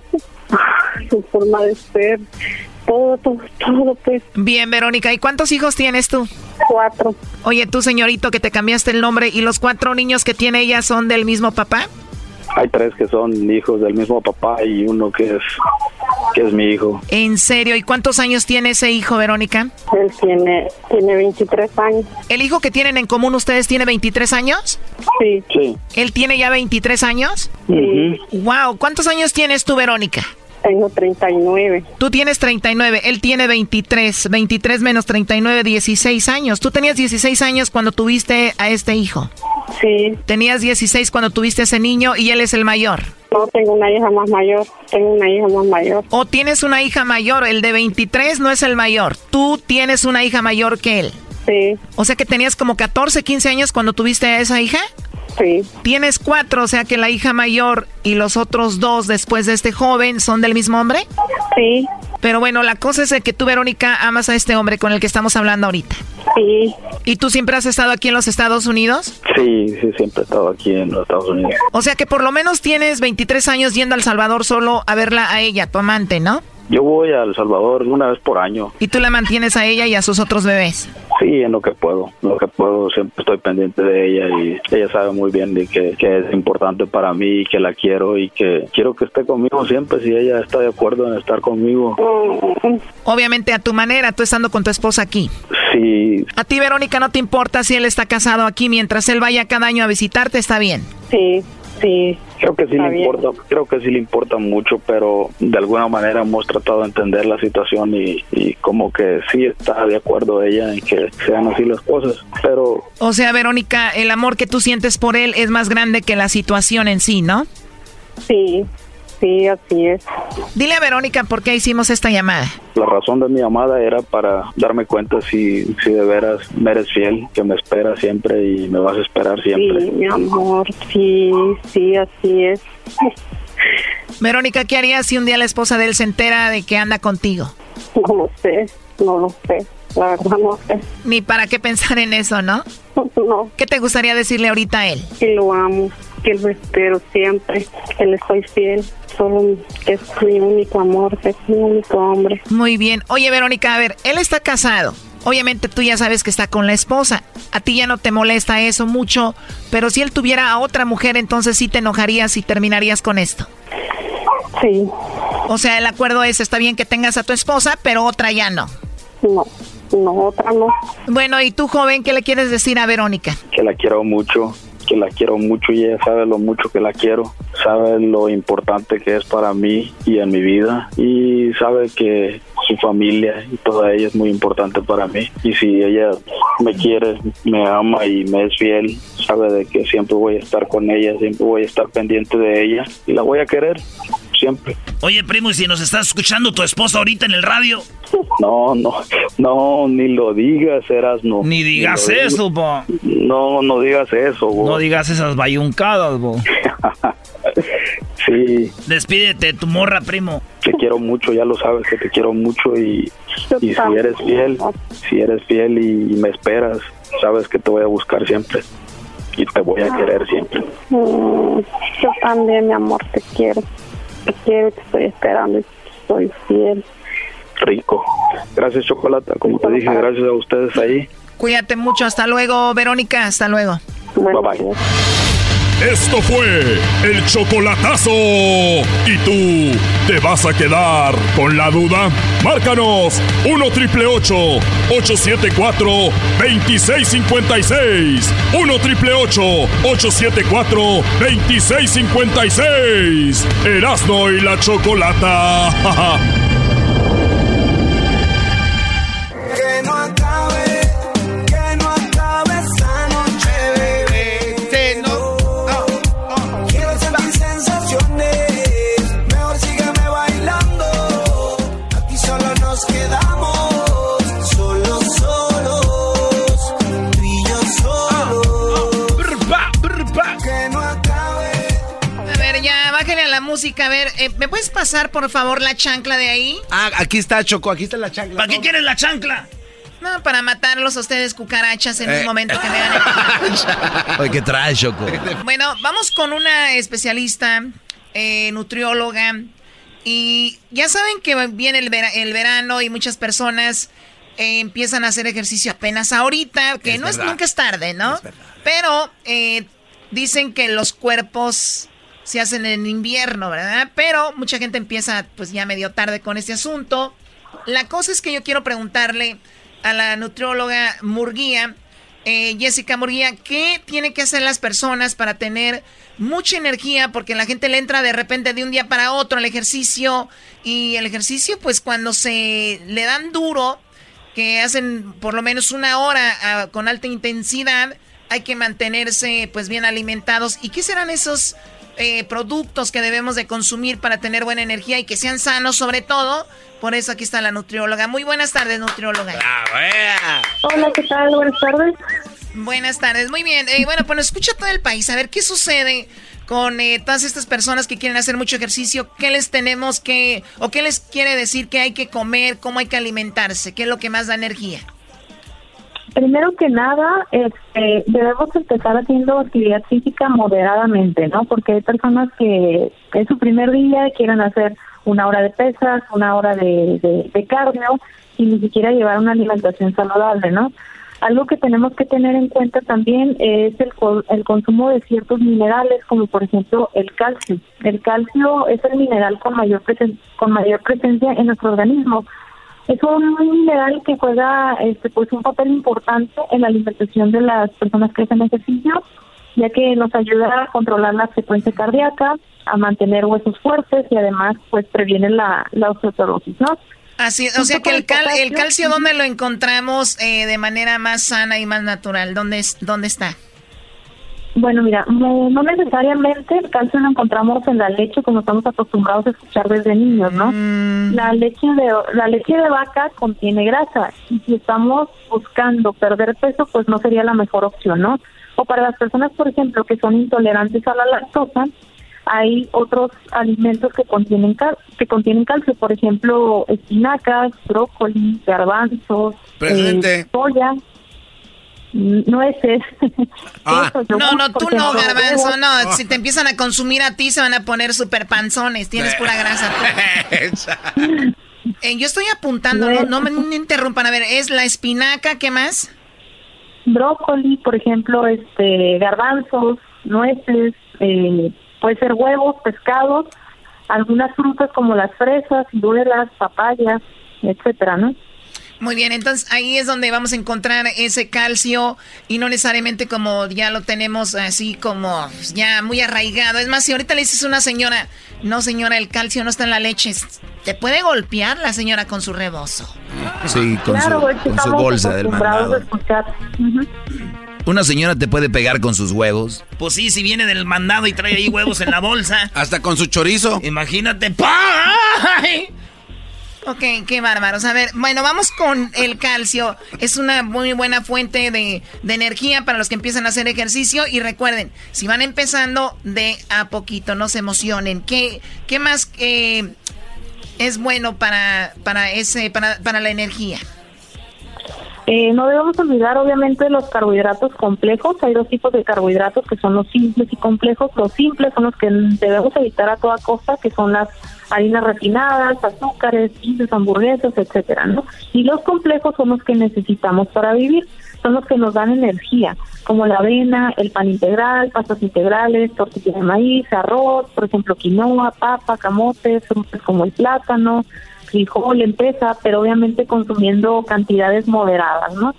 Su forma de ser. Todo, todo, todo, pues. Bien, Verónica, ¿y cuántos hijos tienes tú? Cuatro. Oye, tú, señorito, que te cambiaste el nombre, ¿y los cuatro niños que tiene ella son del mismo papá? Hay tres que son hijos del mismo papá y uno que es que es mi hijo. ¿En serio? ¿Y cuántos años tiene ese hijo, Verónica? Él tiene, tiene veintitrés años. ¿El hijo que tienen en común ustedes tiene veintitrés años? Sí. Sí. ¿Él tiene ya veintitrés años? Sí. Wow, ¿cuántos años tienes tú, Verónica? Tengo treinta y nueve. Tú tienes treinta y nueve, él tiene veintitrés. veintitrés menos treinta y nueve, dieciséis años. Tú tenías dieciséis años cuando tuviste a este hijo. Sí. Tenías dieciséis cuando tuviste ese niño y él es el mayor. No, tengo una hija más mayor. Tengo una hija más mayor. O tienes una hija mayor, el de veintitrés no es el mayor. Tú tienes una hija mayor que él. Sí. O sea que tenías como catorce, quince años cuando tuviste a esa hija. Sí. Tienes cuatro, o sea que la hija mayor y los otros dos después de este joven son del mismo hombre. Sí. Pero bueno, la cosa es de que tú, Verónica, amas a este hombre con el que estamos hablando ahorita. Sí. ¿Y tú siempre has estado aquí en los Estados Unidos? Sí, sí, siempre he estado aquí en los Estados Unidos. O sea que por lo menos tienes veintitrés años yendo a El Salvador solo a verla a ella, tu amante, ¿no? Yo voy a El Salvador una vez por año. ¿Y tú la mantienes a ella y a sus otros bebés? Sí, en lo que puedo. En lo que puedo siempre estoy pendiente de ella y ella sabe muy bien de que, que es importante para mí y que la quiero y que quiero que esté conmigo siempre si ella está de acuerdo en estar conmigo. Obviamente a tu manera, tú estando con tu esposa aquí. Sí. ¿A ti, Verónica, no te importa si él está casado aquí mientras él vaya cada año a visitarte? ¿Está bien? Sí, sí. Creo que sí le importa, creo que sí le importa mucho, pero de alguna manera hemos tratado de entender la situación y, y como que sí está de acuerdo ella en que sean así las cosas, pero... O sea, Verónica, el amor que tú sientes por él es más grande que la situación en sí, ¿no? Sí, sí, así es. Dile a Verónica por qué hicimos esta llamada. La razón de mi llamada era para darme cuenta si, si de veras me eres fiel, que me esperas siempre y me vas a esperar siempre. Sí, mi amor, sí, sí, así es. Verónica, ¿qué harías si un día la esposa de él se entera de que anda contigo? No lo sé, no lo sé, la verdad no sé. Ni para qué pensar en eso, ¿no? No. ¿Qué te gustaría decirle ahorita a él? Que lo amo, que lo espero siempre, que le soy fiel. Solo que es mi único amor, es mi único hombre. Muy bien. Oye, Verónica, a ver, él está casado. Obviamente tú ya sabes que está con la esposa. A ti ya no te molesta eso mucho, pero si él tuviera a otra mujer, entonces sí te enojarías y terminarías con esto. Sí. O sea, el acuerdo es, está bien que tengas a tu esposa, pero otra ya no. No, no, otra no. Bueno, ¿y tú, joven, qué le quieres decir a Verónica? Que la quiero mucho. Que la quiero mucho y ella sabe lo mucho que la quiero, sabe lo importante que es para mí y en mi vida y sabe que su familia y toda ella es muy importante para mí y si ella me quiere, me ama y me es fiel, sabe de que siempre voy a estar con ella, siempre voy a estar pendiente de ella y la voy a querer siempre. Oye, primo, ¿y si nos estás escuchando tu esposa ahorita en el radio? No, no, no, ni lo digas, Erasmo. Ni digas ni eso, bo. No, no digas eso, bo. No digas esas bayuncadas, bo. Sí. Despídete de tu morra, primo. Te quiero mucho, ya lo sabes que te quiero mucho y, y si eres fiel, si eres fiel y me esperas, sabes que te voy a buscar siempre y te voy a querer siempre. Mm, yo también, mi amor, te quiero. Te quiero, te estoy esperando y soy fiel. Rico. Gracias, Chocolata. Como te dije, gracias a ustedes ahí. Cuídate mucho. Hasta luego, Verónica. Hasta luego. Bye, bye. Esto fue el chocolatazo. ¿Y tú te vas a quedar con la duda? Márcanos uno triple ocho, ocho siete cuatro, dos seis cinco seis. uno triple ocho, ocho siete cuatro, dos seis cinco seis. Erasmo y la Chocolata. Que no acabe, que no acabe esta noche, bebé. Que no, no, no. Quiero sentir sensaciones. Mejor sígueme bailando. Aquí solo nos quedamos. Solos, solos. Tú y yo solos. Que no acabe. A ver, ya, bájale a la música. A ver, eh, ¿me puedes pasar, por favor, la chancla de ahí? Ah, aquí está, Choco, aquí está la chancla. ¿Para qué quieres la chancla? No, para matarlos a ustedes cucarachas en Eh. un momento que me hagan. Oye, ¿qué traes, Choco? Bueno, vamos con una especialista, eh, nutrióloga. Y ya saben que viene el, vera- el verano y muchas personas eh, empiezan a hacer ejercicio apenas ahorita, que Es no es verdad. nunca es tarde, ¿no? Pero eh, dicen que los cuerpos se hacen en invierno, ¿verdad? Pero mucha gente empieza pues ya medio tarde con este asunto. La cosa es que yo quiero preguntarle a la nutrióloga Murguía, eh, Jessica Murguía, ¿qué tienen que hacer las personas para tener mucha energía? Porque la gente le entra de repente de un día para otro al ejercicio, y el ejercicio pues cuando se le dan duro, que hacen por lo menos una hora uh, con alta intensidad, hay que mantenerse pues bien alimentados. ¿Y qué serán esos eh, productos que debemos de consumir para tener buena energía y que sean sanos sobre todo? Por eso aquí está la nutrióloga. Muy buenas tardes, nutrióloga. Hola, ¿qué tal? Buenas tardes. Buenas tardes, muy bien. Eh, bueno, pues nos escucha todo el país. A ver, ¿qué sucede con eh, todas estas personas que quieren hacer mucho ejercicio? ¿Qué les tenemos que, o qué les quiere decir que hay que comer? ¿Cómo hay que alimentarse? ¿Qué es lo que más da energía? Primero que nada, este, debemos empezar haciendo actividad física moderadamente, ¿no? Porque hay personas que es su primer día y quieren hacer una hora de pesas, una hora de, de, de cardio y ni siquiera llevar una alimentación saludable, ¿no? Algo que tenemos que tener en cuenta también es el, el consumo de ciertos minerales, como por ejemplo el calcio. El calcio es el mineral con mayor presen- con mayor presencia en nuestro organismo. Es un mineral que juega este, pues un papel importante en la alimentación de las personas que hacen ejercicio, ya que nos ayuda a controlar la frecuencia cardíaca, a mantener huesos fuertes y además pues previene la, la osteoporosis, ¿no? Así, o sea que el, cal, el calcio, ¿dónde lo encontramos eh, de manera más sana y más natural? ¿Dónde, es, dónde está? Bueno, mira, no, no necesariamente el calcio lo encontramos en la leche como estamos acostumbrados a escuchar desde niños, ¿no? Mm. La leche de la leche de vaca contiene grasa y si estamos buscando perder peso, pues no sería la mejor opción, ¿no? O para las personas, por ejemplo, que son intolerantes a la lactosa, hay otros alimentos que contienen cal que contienen calcio, por ejemplo, espinacas, brócoli, garbanzos, eh, soya, nueces. Ah. Eso, no, no, tú no, garbanzo, no. Si te empiezan a consumir a ti, se van a poner súper panzones. Tienes pura grasa. eh, yo estoy apuntando, no, no me interrumpan. A ver, es la espinaca, ¿qué más? Brócoli, por ejemplo, este, garbanzos, nueces, eh, puede ser huevos, pescados, algunas frutas como las fresas, ciruelas, papayas, etcétera, ¿no? Muy bien, entonces ahí es donde vamos a encontrar ese calcio y no necesariamente como ya lo tenemos así como ya muy arraigado. Es más, si ahorita le dices a una señora, no señora, el calcio no está en la leche, te puede golpear la señora con su rebozo. Sí, con, claro, su, con su bolsa del mandado. Uh-huh. ¿Una señora te puede pegar con sus huevos? Pues sí, si viene del mandado y trae ahí huevos en la bolsa. Hasta con su chorizo. Imagínate. ¡Pay! Ok, qué bárbaros. A ver, bueno, vamos con el calcio. Es una muy buena fuente de, de energía para los que empiezan a hacer ejercicio. Y recuerden, si van empezando de a poquito, no se emocionen. ¿Qué, qué más eh, es bueno para, para, ese, para, para la energía? Eh, no debemos olvidar obviamente los carbohidratos complejos. Hay dos tipos de carbohidratos que son los simples y complejos. Los simples son los que debemos evitar a toda costa, que son las harinas refinadas, azúcares, pizzas, hamburguesas, etcétera, ¿no? Y los complejos son los que necesitamos para vivir, son los que nos dan energía, como la avena, el pan integral, pastas integrales, tortilla de maíz, arroz, por ejemplo, quinoa, papa, camote, frutas como el plátano, frijol, lenteja, pero obviamente consumiendo cantidades moderadas, ¿no?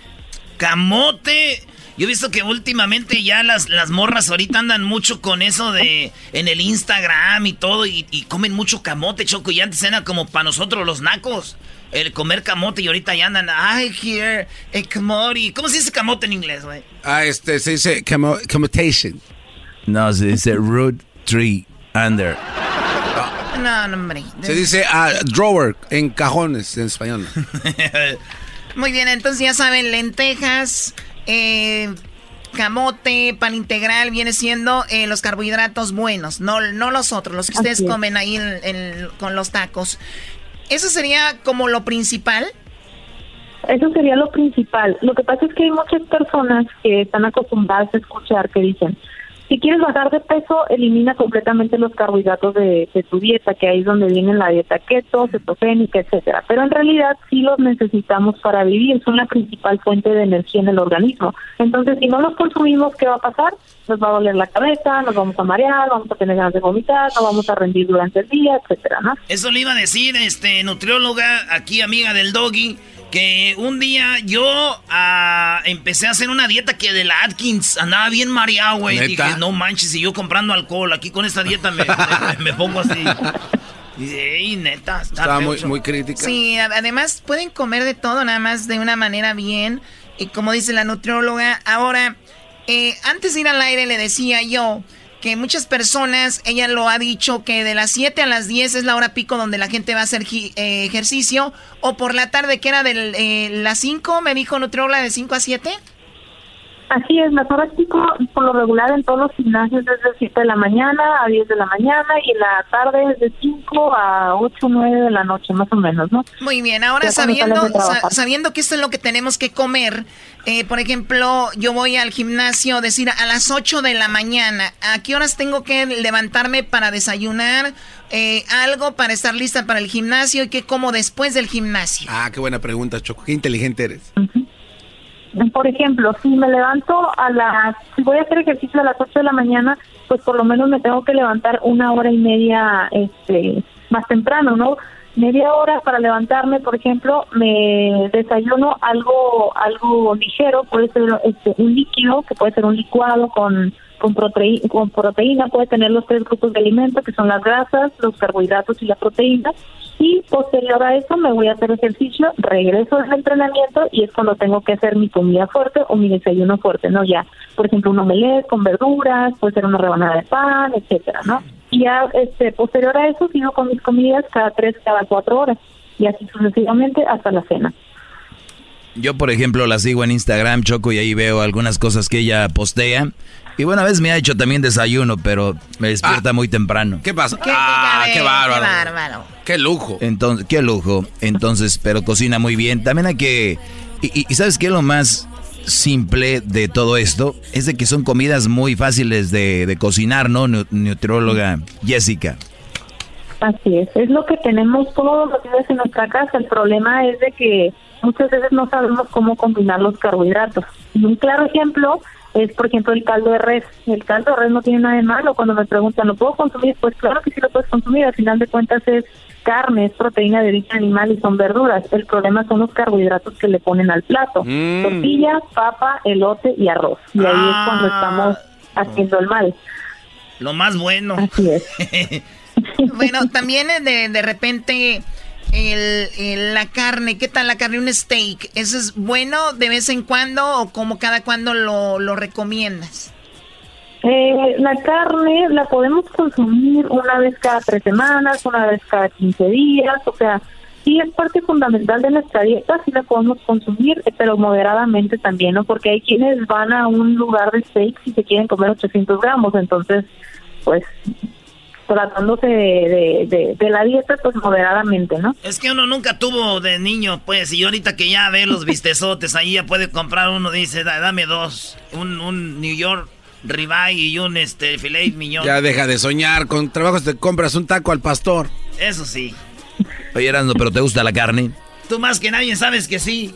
Camote. Yo he visto que últimamente ya las, las morras ahorita andan mucho con eso de en el Instagram y todo, y, y comen mucho camote, Choco, y antes era como para nosotros los nacos, el comer camote, y ahorita ya andan, I hear a camote. ¿Cómo se dice camote en inglés, güey? Ah, este, se dice camo, camotation. No, se dice root tree under. No, no, hombre. Se dice uh, drawer en cajones en español. Muy bien, entonces ya saben, lentejas, eh, camote, pan integral, viene siendo eh, los carbohidratos buenos, no, no los otros, los que ustedes Así comen ahí en, en, con los tacos. ¿Eso sería como lo principal? Eso sería lo principal. Lo que pasa es que hay muchas personas que están acostumbradas a escuchar que dicen, Si quieres bajar de peso, elimina completamente los carbohidratos de, de tu dieta, que ahí es donde viene la dieta keto, cetogénica, etcétera. Pero en realidad sí los necesitamos para vivir, son la principal fuente de energía en el organismo. Entonces, si no los consumimos, ¿qué va a pasar? Nos va a doler la cabeza, nos vamos a marear, vamos a tener ganas de vomitar, no vamos a rendir durante el día, etcétera, ¿no? Eso le iba a decir, este, nutrióloga, aquí amiga del Doggy, que un día yo uh, empecé a hacer una dieta que de la Atkins andaba bien mareado, güey. Dije, no manches, y yo comprando alcohol, aquí con esta dieta me, me, me pongo así. Y ey, neta, está Estaba muy, muy crítica. Sí, además pueden comer de todo, nada más de una manera bien. Y como dice la nutrióloga, ahora, eh, antes de ir al aire le decía yo que muchas personas, ella lo ha dicho, que de las siete a las diez es la hora pico donde la gente va a hacer eh, ejercicio, o por la tarde, que era de eh, las cinco, me dijo nutrióloga, de cinco a siete. Así es, las horas pico por lo regular en todos los gimnasios es de siete de la mañana a diez de la mañana, y en la tarde es de cinco a ocho, nueve de la noche, más o menos, ¿no? Muy bien, ahora sabiendo sa sabiendo que esto es lo que tenemos que comer, eh, por ejemplo, yo voy al gimnasio, decir, a las ocho de la mañana, ¿a qué horas tengo que levantarme para desayunar? Eh, algo para estar lista para el gimnasio, y qué como después del gimnasio. Ah, qué buena pregunta, Choco, qué inteligente eres. Uh-huh. Por ejemplo, si me levanto a las, si voy a hacer ejercicio a las ocho de la mañana, pues por lo menos me tengo que levantar una hora y media este, más temprano, ¿no? Media hora para levantarme, por ejemplo, me desayuno algo algo ligero, puede ser este, un líquido, que puede ser un licuado con con, proteí con proteína, puede tener los tres grupos de alimentos, que son las grasas, los carbohidratos y la proteína. Y posterior a eso me voy a hacer ejercicio, regreso del entrenamiento, y es cuando tengo que hacer mi comida fuerte o mi desayuno fuerte, ¿no? Ya, por ejemplo, un omelette con verduras, puede ser una rebanada de pan, etcétera, ¿no? Y ya, este, posterior a eso sigo con mis comidas cada tres, cada cuatro horas, y así sucesivamente hasta la cena. Yo, por ejemplo, la sigo en Instagram, Choco, y ahí veo algunas cosas que ella postea. Y bueno, a veces me ha hecho también desayuno, pero me despierta ah, muy temprano. ¿Qué pasa? ¿Qué, ah, qué, qué bárbaro. Qué bárbaro. Qué lujo. Entonces, qué lujo. Entonces, pero cocina muy bien. También hay que... Y, y, y ¿sabes qué es lo más simple de todo esto? Es de que son comidas muy fáciles de, de cocinar, ¿no, nutrióloga Jessica? Así es. Es lo que tenemos todos los días en nuestra casa. El problema es de que muchas veces no sabemos cómo combinar los carbohidratos. Y un claro ejemplo es, por ejemplo, el caldo de res. El caldo de res no tiene nada de malo. Cuando me preguntan, ¿lo puedo consumir? Pues claro que sí lo puedes consumir. Al final de cuentas es carne, es proteína de origen animal y son verduras. El problema son los carbohidratos que le ponen al plato. Mm. Tortilla, papa, elote y arroz. Y ahí ah. es cuando estamos haciendo el mal. Lo más bueno. Así es. Bueno, también de, de repente... El, el, la carne, ¿qué tal la carne? Un steak, ¿eso es bueno de vez en cuando o como cada cuando lo, lo recomiendas? Eh, la carne la podemos consumir una vez cada tres semanas, una vez cada quince días, o sea, sí es parte fundamental de nuestra dieta, sí la podemos consumir, pero moderadamente también, ¿no? Porque hay quienes van a un lugar de steak y se quieren comer ochocientos gramos, entonces, pues... tratándose de, de, de, de la dieta, pues moderadamente, ¿no? Es que uno nunca tuvo de niño, pues, y ahorita que ya ve los bistezotes, ahí ya puede comprar uno, dice, dame dos, un, un New York ribeye y un este filet mignon. Ya deja de soñar, con trabajos te compras un taco al pastor. Eso sí. Oye, Erasmo, ¿pero te gusta la carne? Tú más que nadie sabes que sí.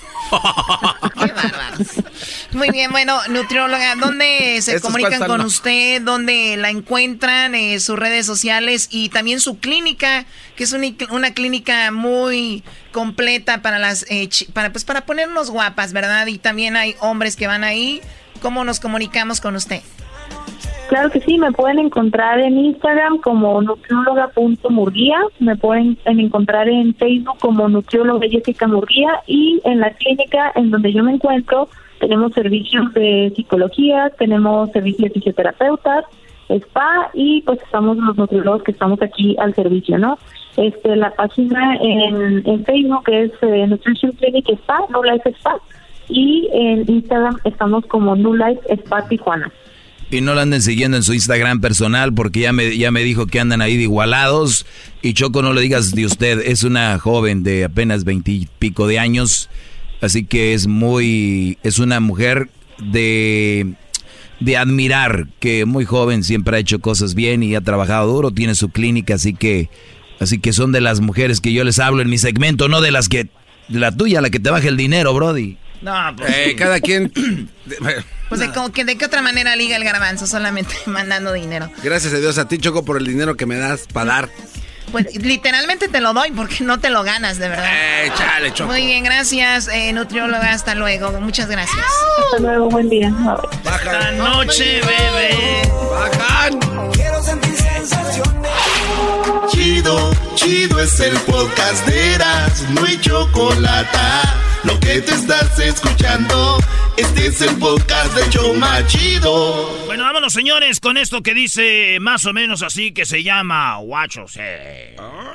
Qué bárbaros. Muy bien, bueno, nutrióloga, ¿dónde se Estos comunican con usted? ¿Dónde la encuentran? Eh, sus redes sociales y también su clínica, que es una, una clínica muy completa para las eh, para pues para ponernos guapas, ¿verdad? Y también hay hombres que van ahí. ¿Cómo nos comunicamos con usted? Claro que sí, me pueden encontrar en Instagram como nutrióloga punto murguía, me pueden encontrar en Facebook como nutrióloga Jessica Murguía, y en la clínica en donde yo me encuentro tenemos servicios de psicología, tenemos servicios de fisioterapeutas, spa, y pues estamos los nutriólogos que estamos aquí al servicio, ¿no? Este, la página en, en Facebook es eh, Nutrition Clinic Spa, New Life Spa, y en Instagram estamos como New Life Spa Tijuana. Y no la anden siguiendo en su Instagram personal porque ya me, ya me dijo que andan ahí de igualados. Y Choco, no le digas de usted, es una joven de apenas veintipico de años. Así que es muy, es una mujer de, de admirar, que muy joven siempre ha hecho cosas bien y ha trabajado duro, tiene su clínica, así que, así que son de las mujeres que yo les hablo en mi segmento, no de las que, de la tuya, la que te baje el dinero, brody. No, pues eh, cada quien. Pues de, como que, ¿de qué otra manera liga el garbanzo? Solamente mandando dinero. Gracias a Dios a ti, Choco, por el dinero que me das para dar. Pues literalmente te lo doy porque no te lo ganas, de verdad. Eh, chale, Choco. Muy bien, gracias, eh, nutrióloga. Hasta luego. Muchas gracias. Hasta luego, buen día. Esta noche, bebé. Bajan. Quiero sentir sensaciones. Chido, chido es el podcast de Eras, no hay chocolate. Lo que te estás escuchando, este es el podcast de Choma Chido. Bueno, vámonos, señores, con esto que dice más o menos así, que se llama Guachos. Eh.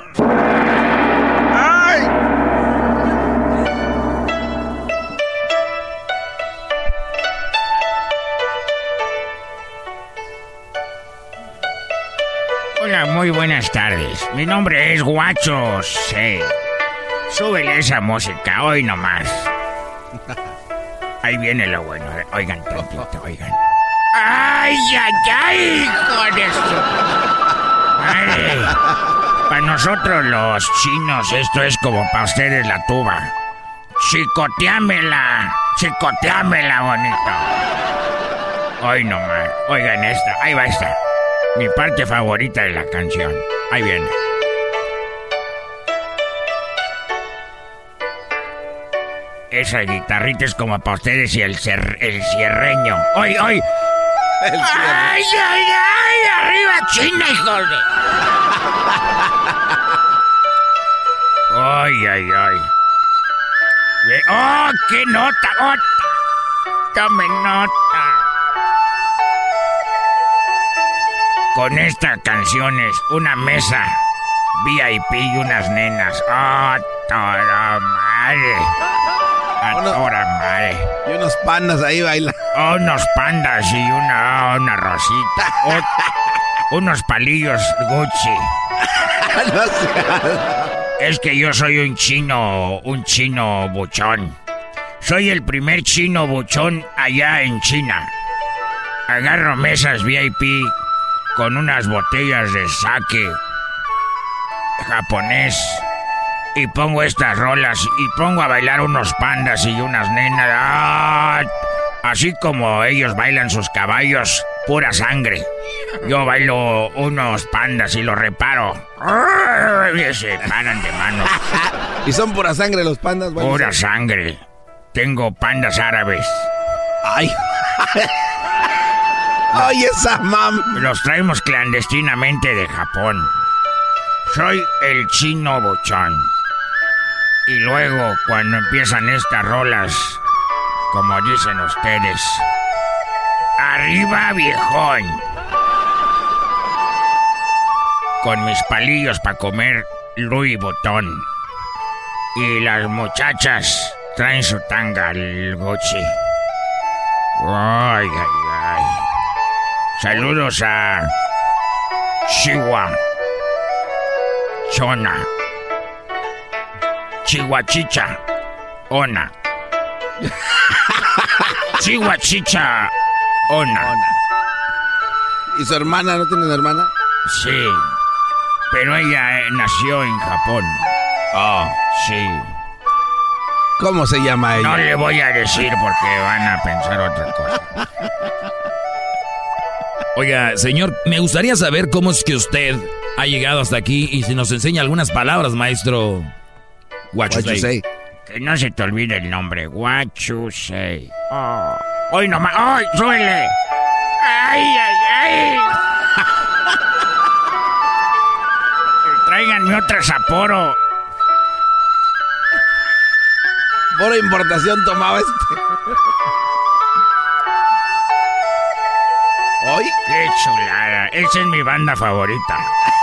¡Ay! Hola, muy buenas tardes. Mi nombre es Guachos. Sí. Súbele esa música, hoy nomás. Ahí viene lo bueno. Oigan tantito, oigan. ¡Ay, ay, ay! Con esto. Ay. Para nosotros los chinos, esto es como para ustedes la tuba. Chicoteámela, chicoteámela, bonito. Hoy nomás. Oigan esta, ahí va esta. Mi parte favorita de la canción. Ahí viene. Esa guitarrita es como para ustedes y el, cer el cierreño. ¡Oy, oy! ¡Ay, ay, ay! ¡Arriba China, hijos de! ¡Ay, ay, ay! ¡Oh, qué nota! ¡Oh! ¡Tome nota! Con esta canción es una mesa V I P y unas nenas. ¡Oh, toda madre! A toda madre. Y unos pandas ahí bailan. Oh, unos pandas y una, oh, una rosita. Oh, unos palillos Gucci. No sé. Es que yo soy un chino, un chino buchón. Soy el primer chino buchón allá en China. Agarro mesas V I P con unas botellas de sake japonés. Y pongo estas rolas y pongo a bailar unos pandas y unas nenas. ¡Ah! Así como ellos bailan sus caballos, pura sangre. Yo bailo unos pandas y los reparo. ¡Ah! Y se paran de mano. ¿Y son pura sangre los pandas? Bueno, pura sangre. Tengo pandas árabes. ¡Ay! ¡Ay, esa mam! Los traemos clandestinamente de Japón. Soy el chino buchón. Y luego, cuando empiezan estas rolas, como dicen ustedes, ¡arriba, viejón! Con mis palillos para comer Louis Vuitton. Y las muchachas traen su tanga al Gucci. ¡Ay, ay, ay! Saludos a Chihuahua, Chona, Chihuachicha, Ona. Chihuachicha, Ona. ¿Y su hermana? ¿No tiene hermana? Sí, pero ella eh, nació en Japón. Oh, sí. ¿Cómo se llama ella? No le voy a decir porque van a pensar otra cosa. Oiga, señor, me gustaría saber cómo es que usted ha llegado hasta aquí y si nos enseña algunas palabras, maestro. What you say. Que no se te olvide el nombre. What you say. Oh. Hoy nomás. ¡Ay, súbele! ¡Ay, ay, ay! Tráiganme otra Sapporo. Por importación tomaba este. ¿Hoy? ¡Qué chulada! Esa es mi banda favorita.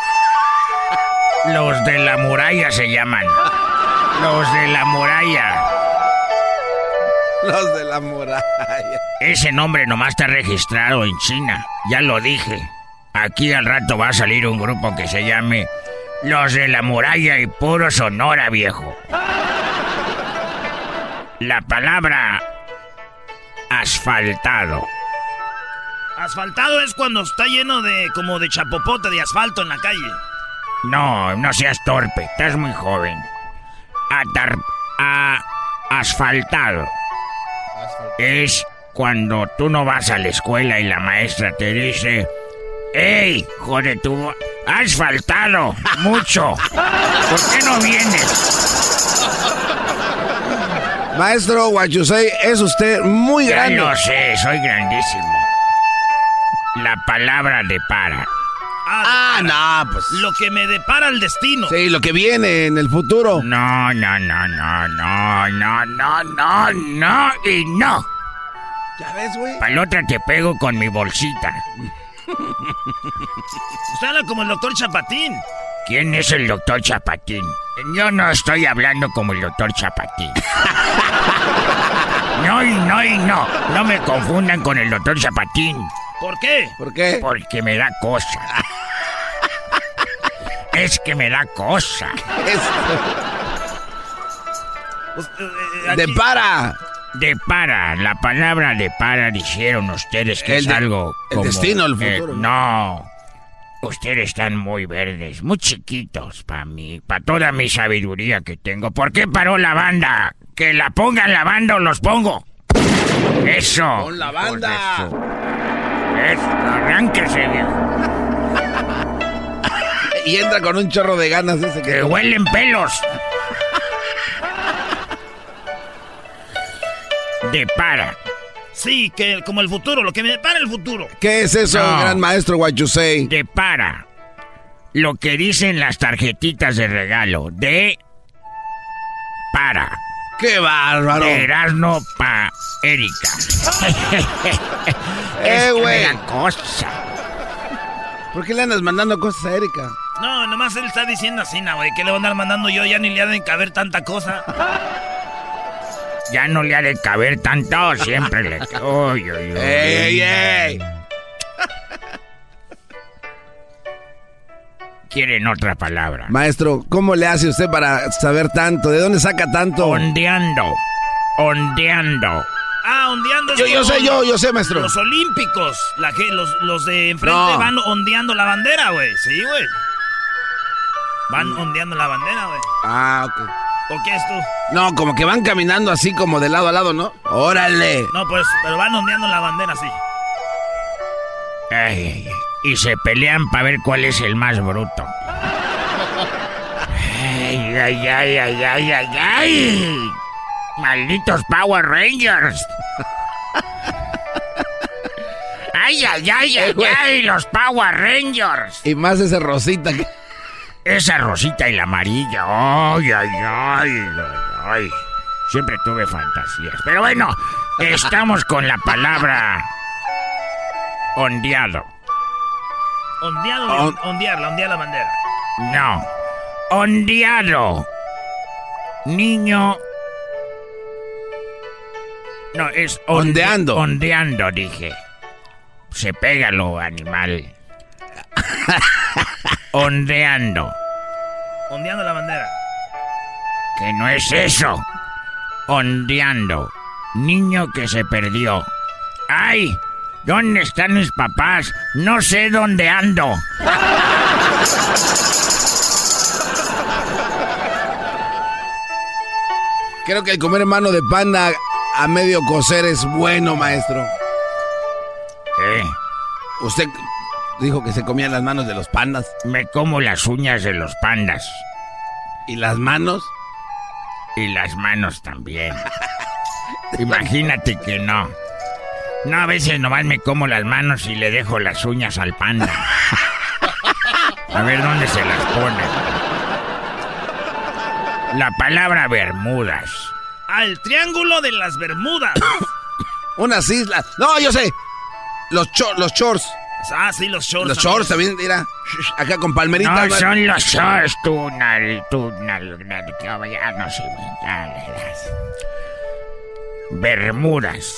Los de la muralla se llaman. Los de la muralla. Los de la muralla. Ese nombre nomás está registrado en China. Ya lo dije. Aquí al rato va a salir un grupo que se llame Los de la Muralla y Puro Sonora, viejo. La palabra asfaltado Asfaltado es cuando está lleno de, como de chapopote, de asfalto en la calle. No, no seas torpe, estás muy joven. Atar, a, asfaltado es cuando tú no vas a la escuela y la maestra te dice: ¡Ey, joder, tú has faltado mucho! ¿Por qué no vienes? Maestro, what you say, es usted muy grande. Ya lo sé, soy grandísimo. La palabra depara. Ah, no, pues. Lo que me depara el destino. Sí, lo que viene en el futuro. No, no, no, no, no, no, no, no, no y no. ¿Ya ves, güey? Para la otra te pego con mi bolsita. Usted habla como el doctor Chapatín. ¿Quién es el doctor Chapatín? Yo no estoy hablando como el doctor Chapatín. No y no y no. No me confundan con el doctor Chapatín. ¿Por qué? ¿Por qué? Porque me da cosa. Es que me da cosa. De para. De para. La palabra de para dijeron ustedes que el es de, algo como... El destino, el futuro. Eh, no. Ustedes están muy verdes, muy chiquitos para mí, para toda mi sabiduría que tengo. ¿Por qué paró la banda? Que la pongan la banda o los pongo. Eso. Con la banda. Eso, arránquese, viejo. Y entra con un chorro de ganas ese que... Que huelen pelos. Depara. Sí, que como el futuro, lo que me depara el futuro. ¿Qué es eso, no, gran maestro what you say? Depara. Lo que dicen las tarjetitas de regalo. De... Para. ¡Qué bárbaro! De Erasmo pa' Erika. ¡Eh, güey! Es cosa. ¿Por qué le andas mandando cosas a Erika? No, nomás él está diciendo así, güey. ¿Qué le voy a andar mandando yo? Ya ni le ha de caber tanta cosa. Ya no le ha de caber tanto, siempre le... Uy, uy, uy. ¡Ey, ey, ey! Quieren otra palabra. Maestro, ¿cómo le hace usted para saber tanto? ¿De dónde saca tanto? Ondeando. Ondeando. Ah, ondeando. Yo, yo sé, yo, yo sé, maestro. Los olímpicos. La, los, los de enfrente no. Van ondeando la bandera, güey. Sí, güey. Van mm. ondeando la bandera, güey. Ah, ok. ¿O qué es tú? No, como que van caminando así como de lado a lado, ¿no? ¡Órale! No, pues, pero van ondeando la bandera así. Ay, ay, ay. Y se pelean para ver cuál es el más bruto. Ay, ay, ay, ay, ay, ay, ay. Malditos Power Rangers. Ay, ay, ay, ay, ay, los Power Rangers. Y más ese rosita que... Esa rosita y la amarilla. Ay, ay, ay, ay, ay. Siempre tuve fantasías. Pero bueno, estamos con la palabra ondeado. Ondeado, On... ondearla, ondear la bandera. No, ondeado. Niño. No, es onde... ondeando. Ondeando, dije. Se pega lo animal. Ondeando. Ondeando la bandera. Que no es eso. Ondeando. Niño que se perdió. ¡Ay! ¿Dónde están mis papás? No sé dónde ando. Creo que el comer mano de panda a medio cocer es bueno, maestro. ¿Eh? Usted dijo que se comían las manos de los pandas. Me como las uñas de los pandas. ¿Y las manos? Y las manos también. Imagínate que no. No, a veces nomás me como las manos y le dejo las uñas al panda. A ver dónde se las pone. La palabra Bermudas. Al Triángulo de las Bermudas. Unas islas. No, yo sé. Los, cho los shorts. Ah, sí, los shorts. Los shorts también, mira. Acá con palmeritas. No, ¿no? Son los shorts, tú, nal, tú, nal, nal, ya no sé. Bermudas.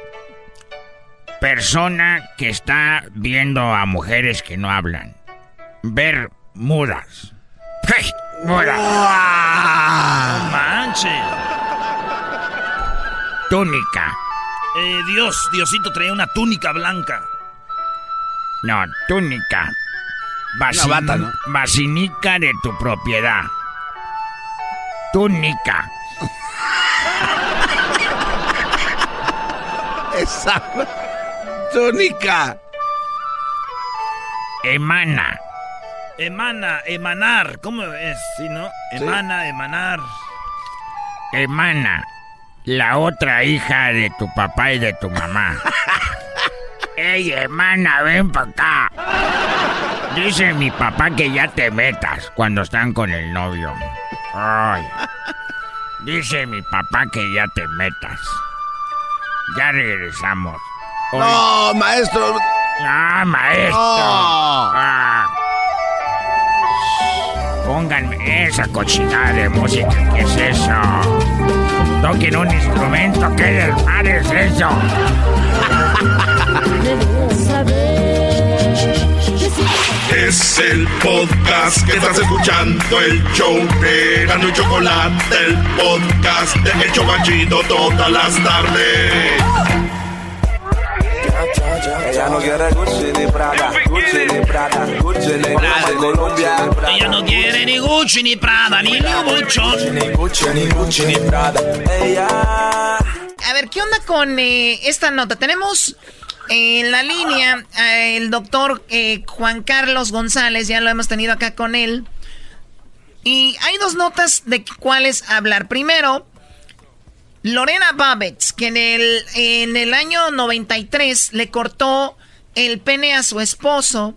Persona que está viendo a mujeres que no hablan. Bermudas. ¡Hey! ¡Mudas! ¡No manches! Túnica. Eh, Dios, Diosito traía una túnica blanca. No, túnica. Basi- Una bata, ¿no? Basinica de tu propiedad. Túnica. Esa. Túnica. Emana. Emana, emanar. ¿Cómo es? ¿Sí, no? Emana, emanar. Emana. La otra hija de tu papá y de tu mamá. Ey, hermana, ven para acá. Dice mi papá que ya te metas cuando están con el novio. Ay. Dice mi papá que ya te metas. Ya regresamos. Hoy... No, maestro. No, maestro. No. Ah. Pónganme esa cochinada de música. ¿Qué es eso? Toquen un instrumento. ¿Qué desmadre es eso? Es el podcast que estás escuchando, el show de Erasmo y Chocolate, el podcast de El Chobachito todas las tardes. Ella no quiere Gucci ni Prada, Gucci ni Prada, Gucci ni Prada, Colombia. Ella no quiere ni Gucci ni Prada, ni Louis Vuitton. Ni Gucci ni Gucci ni Prada. Ella. A ver, ¿qué onda con eh, esta nota? Tenemos eh, en la línea eh, el doctor eh, Juan Carlos González, ya lo hemos tenido acá con él. Y hay dos notas de cuáles hablar. Primero, Lorena Bobbitt, que en el, en el año noventa y tres le cortó el pene a su esposo.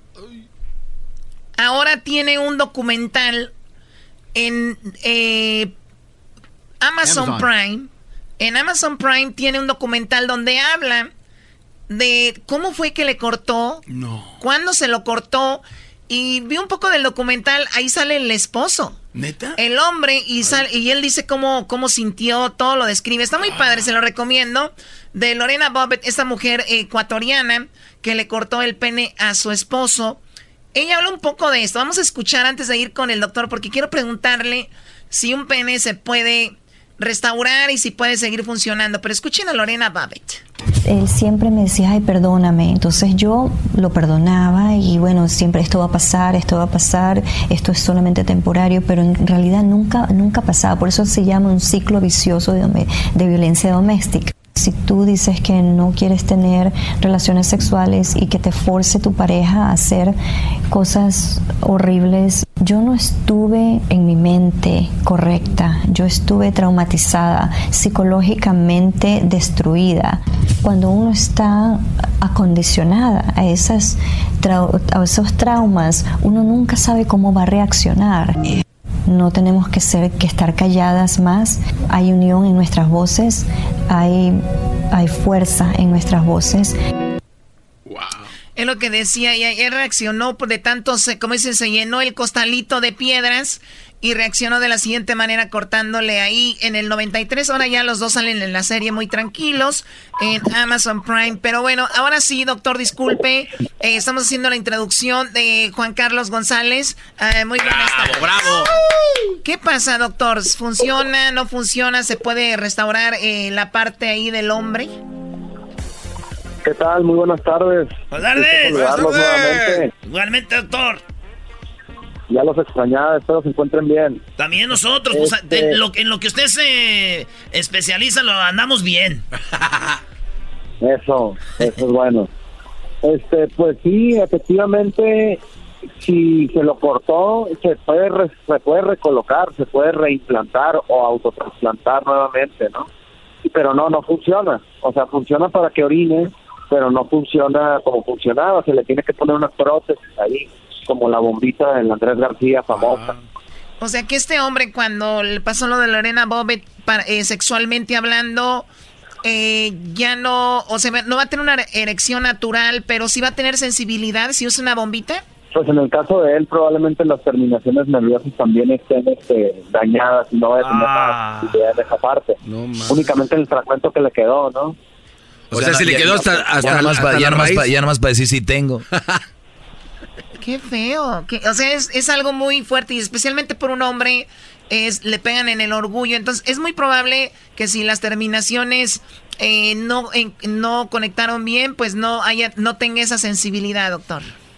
Ahora tiene un documental en eh, Amazon, Amazon Prime. En Amazon Prime tiene un documental donde habla de cómo fue que le cortó, no. cuándo se lo cortó. Y vi un poco del documental, ahí sale el esposo. ¿Neta? El hombre, y, sal, y él dice cómo, cómo sintió, todo lo describe. Está muy padre, se lo recomiendo. De Lorena Bobbitt, esta mujer ecuatoriana que le cortó el pene a su esposo. Ella habla un poco de esto. Vamos a escuchar antes de ir con el doctor, porque quiero preguntarle si un pene se puede restaurar y si puede seguir funcionando. Pero escuchen a Lorena Bobbitt. Él siempre me decía, ay, perdóname. Entonces yo lo perdonaba y bueno, siempre esto va a pasar, esto va a pasar, esto es solamente temporario, pero en realidad nunca, nunca pasaba. Por eso se llama un ciclo vicioso de, de violencia doméstica. Si tú dices que no quieres tener relaciones sexuales y que te force tu pareja a hacer cosas horribles, yo no estuve en mi mente correcta, yo estuve traumatizada, psicológicamente destruida. Cuando uno está acondicionada a, esas, a esos traumas, uno nunca sabe cómo va a reaccionar. No tenemos que ser que estar calladas más. Hay unión en nuestras voces, hay, hay fuerza en nuestras voces. Wow. Es lo que decía, y él reaccionó de tanto, como dicen, se llenó el costalito de piedras y reaccionó de la siguiente manera, cortándole ahí en el noventa y tres. Ahora ya los dos salen en la serie muy tranquilos en Amazon Prime. Pero bueno, ahora sí, doctor, disculpe. Eh, estamos haciendo la introducción de Juan Carlos González. Eh, muy buenas tardes. ¡Bravo, bravo! ¿Qué pasa, doctor? ¿Funciona, no funciona? ¿Se puede restaurar eh, la parte ahí del hombre? ¿Qué tal? Muy buenas tardes. Buenas tardes. Buenas tardes. Igualmente, doctor. Ya los extrañaba, espero se encuentren bien. También nosotros, este... pues, de lo, en lo que usted se especializa, lo andamos bien. Eso, eso es bueno. Este, pues sí, efectivamente, si se lo cortó, se puede, re, se puede recolocar, se puede reimplantar o autotransplantar nuevamente, ¿no? Pero no, no funciona. O sea, funciona para que orine, pero no funciona como funcionaba. Se le tiene que poner una prótesis ahí, como la bombita del Andrés García famosa. O sea que este hombre, cuando le pasó lo de Lorena Bobbitt, para, eh, sexualmente hablando, eh, ya no, o sea, no va a tener una erección natural, pero sí va a tener sensibilidad si usa una bombita. Pues en el caso de él, probablemente las terminaciones nerviosas también estén este, dañadas y no va a tener ah. más idea de esa parte. No, únicamente el fragmento que le quedó, ¿no? O, o sea, sea, si le quedó hasta, hasta, ya nomás para pa decir si tengo. Qué feo. Que, o sea, es, es algo muy fuerte y especialmente por un hombre es le pegan en el orgullo. Entonces, es muy probable que si las terminaciones eh, no, en, no conectaron bien, pues no haya no tenga esa sensibilidad, doctor.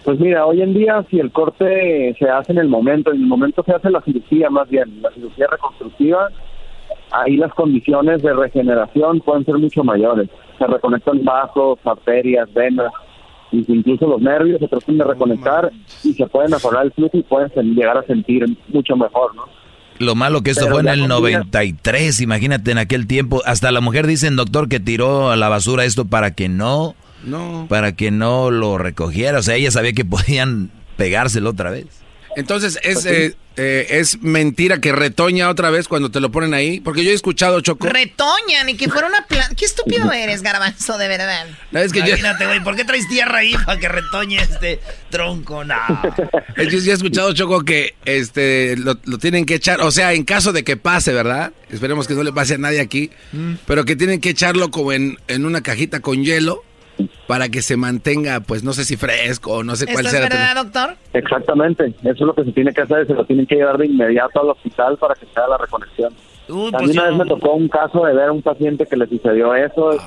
Pues mira, hoy en día si el corte se hace en el momento, en el momento se hace la cirugía más bien, la cirugía reconstructiva, ahí las condiciones de regeneración pueden ser mucho mayores. Se reconectan vasos, arterias, venas, incluso los nervios se tratan de reconectar y se puede mejorar el flujo y pueden llegar a sentir mucho mejor, ¿no? Lo malo que esto Pero fue en ya el con noventa y tres, imagínate en aquel tiempo. Hasta la mujer dicen, doctor, que tiró a la basura esto para que no, No. para que no lo recogiera. O sea, ella sabía que podían pegárselo otra vez. Entonces, ¿es, eh, eh, ¿es mentira que retoña otra vez cuando te lo ponen ahí? Porque yo he escuchado, Choco. Retoñan y que fuera una planta. Qué estúpido eres, Garbanzo, de verdad. No, es que yo- Imagínate, güey, ¿por qué traes tierra ahí para que retoñe este tronco? No. Eh, Yo sí he escuchado, Choco, que este lo, lo tienen que echar, o sea, en caso de que pase, ¿verdad? Esperemos que no le pase a nadie aquí, pero que tienen que echarlo como en, en una cajita con hielo para que se mantenga, pues no sé si fresco o no sé cuál ¿Esto sea. es verdad, doctor? Exactamente, eso es lo que se tiene que hacer, se lo tienen que llevar de inmediato al hospital para que se haga la reconexión. Uy, A mí pues una yo- vez me tocó un caso de ver a un paciente que le sucedió eso.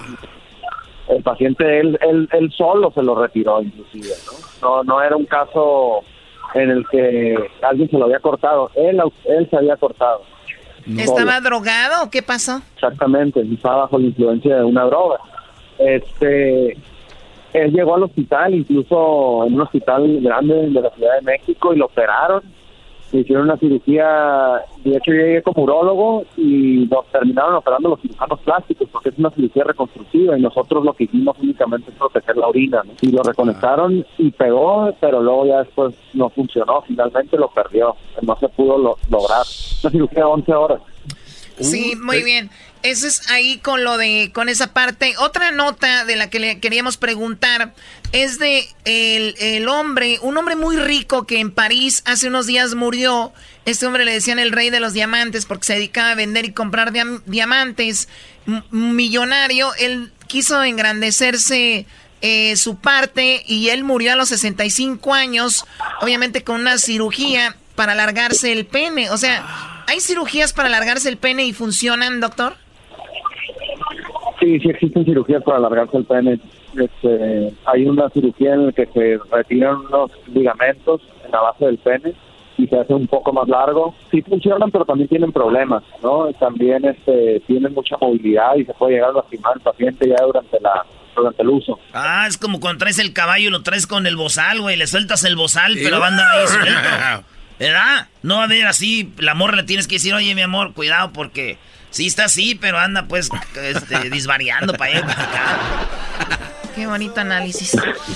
El paciente, él, él, él solo se lo retiró, inclusive, ¿no? No, no era un caso en el que alguien se lo había cortado. Él, él se había cortado. ¿Estaba Solo. drogado o qué pasó? Exactamente, estaba bajo la influencia de una droga. Este, él llegó al hospital, incluso en un hospital grande de la Ciudad de México, y lo operaron. Le hicieron una cirugía. De hecho, yo llegué como urólogo y nos terminaron operando los cirujanos plásticos porque es una cirugía reconstructiva y nosotros lo que hicimos únicamente es proteger la orina, ¿no? Y lo reconectaron y pegó, pero luego ya después no funcionó. Finalmente lo perdió. No se pudo lo- lograr. Una cirugía de once horas. Sí, muy bien. Eso es ahí con lo de, con esa parte. Otra nota de la que le queríamos preguntar es de el, el hombre, un hombre muy rico que en París hace unos días murió. Este hombre le decían el rey de los diamantes porque se dedicaba a vender y comprar diam- diamantes. M- millonario, él quiso engrandecerse eh, su parte y él murió a los sesenta y cinco años, obviamente con una cirugía para alargarse el pene. O sea, ¿hay cirugías para alargarse el pene y funcionan, doctor? Sí, sí existen cirugías para alargarse el pene. Este, hay una cirugía en la que se retiran unos ligamentos en la base del pene y se hace un poco más largo. Sí funcionan, pero también tienen problemas, ¿no? También este, tienen mucha movilidad y se puede llegar a lastimar al paciente ya durante la durante el uso. Ah, es como cuando traes el caballo y lo traes con el bozal, güey. Le sueltas el bozal, pero va a andar ahí suelto. ¿Verdad? No va a ver así. La morra le tienes que decir, oye, mi amor, cuidado porque sí está así, pero anda pues este, disvariando para allá y para acá. Qué bonito análisis.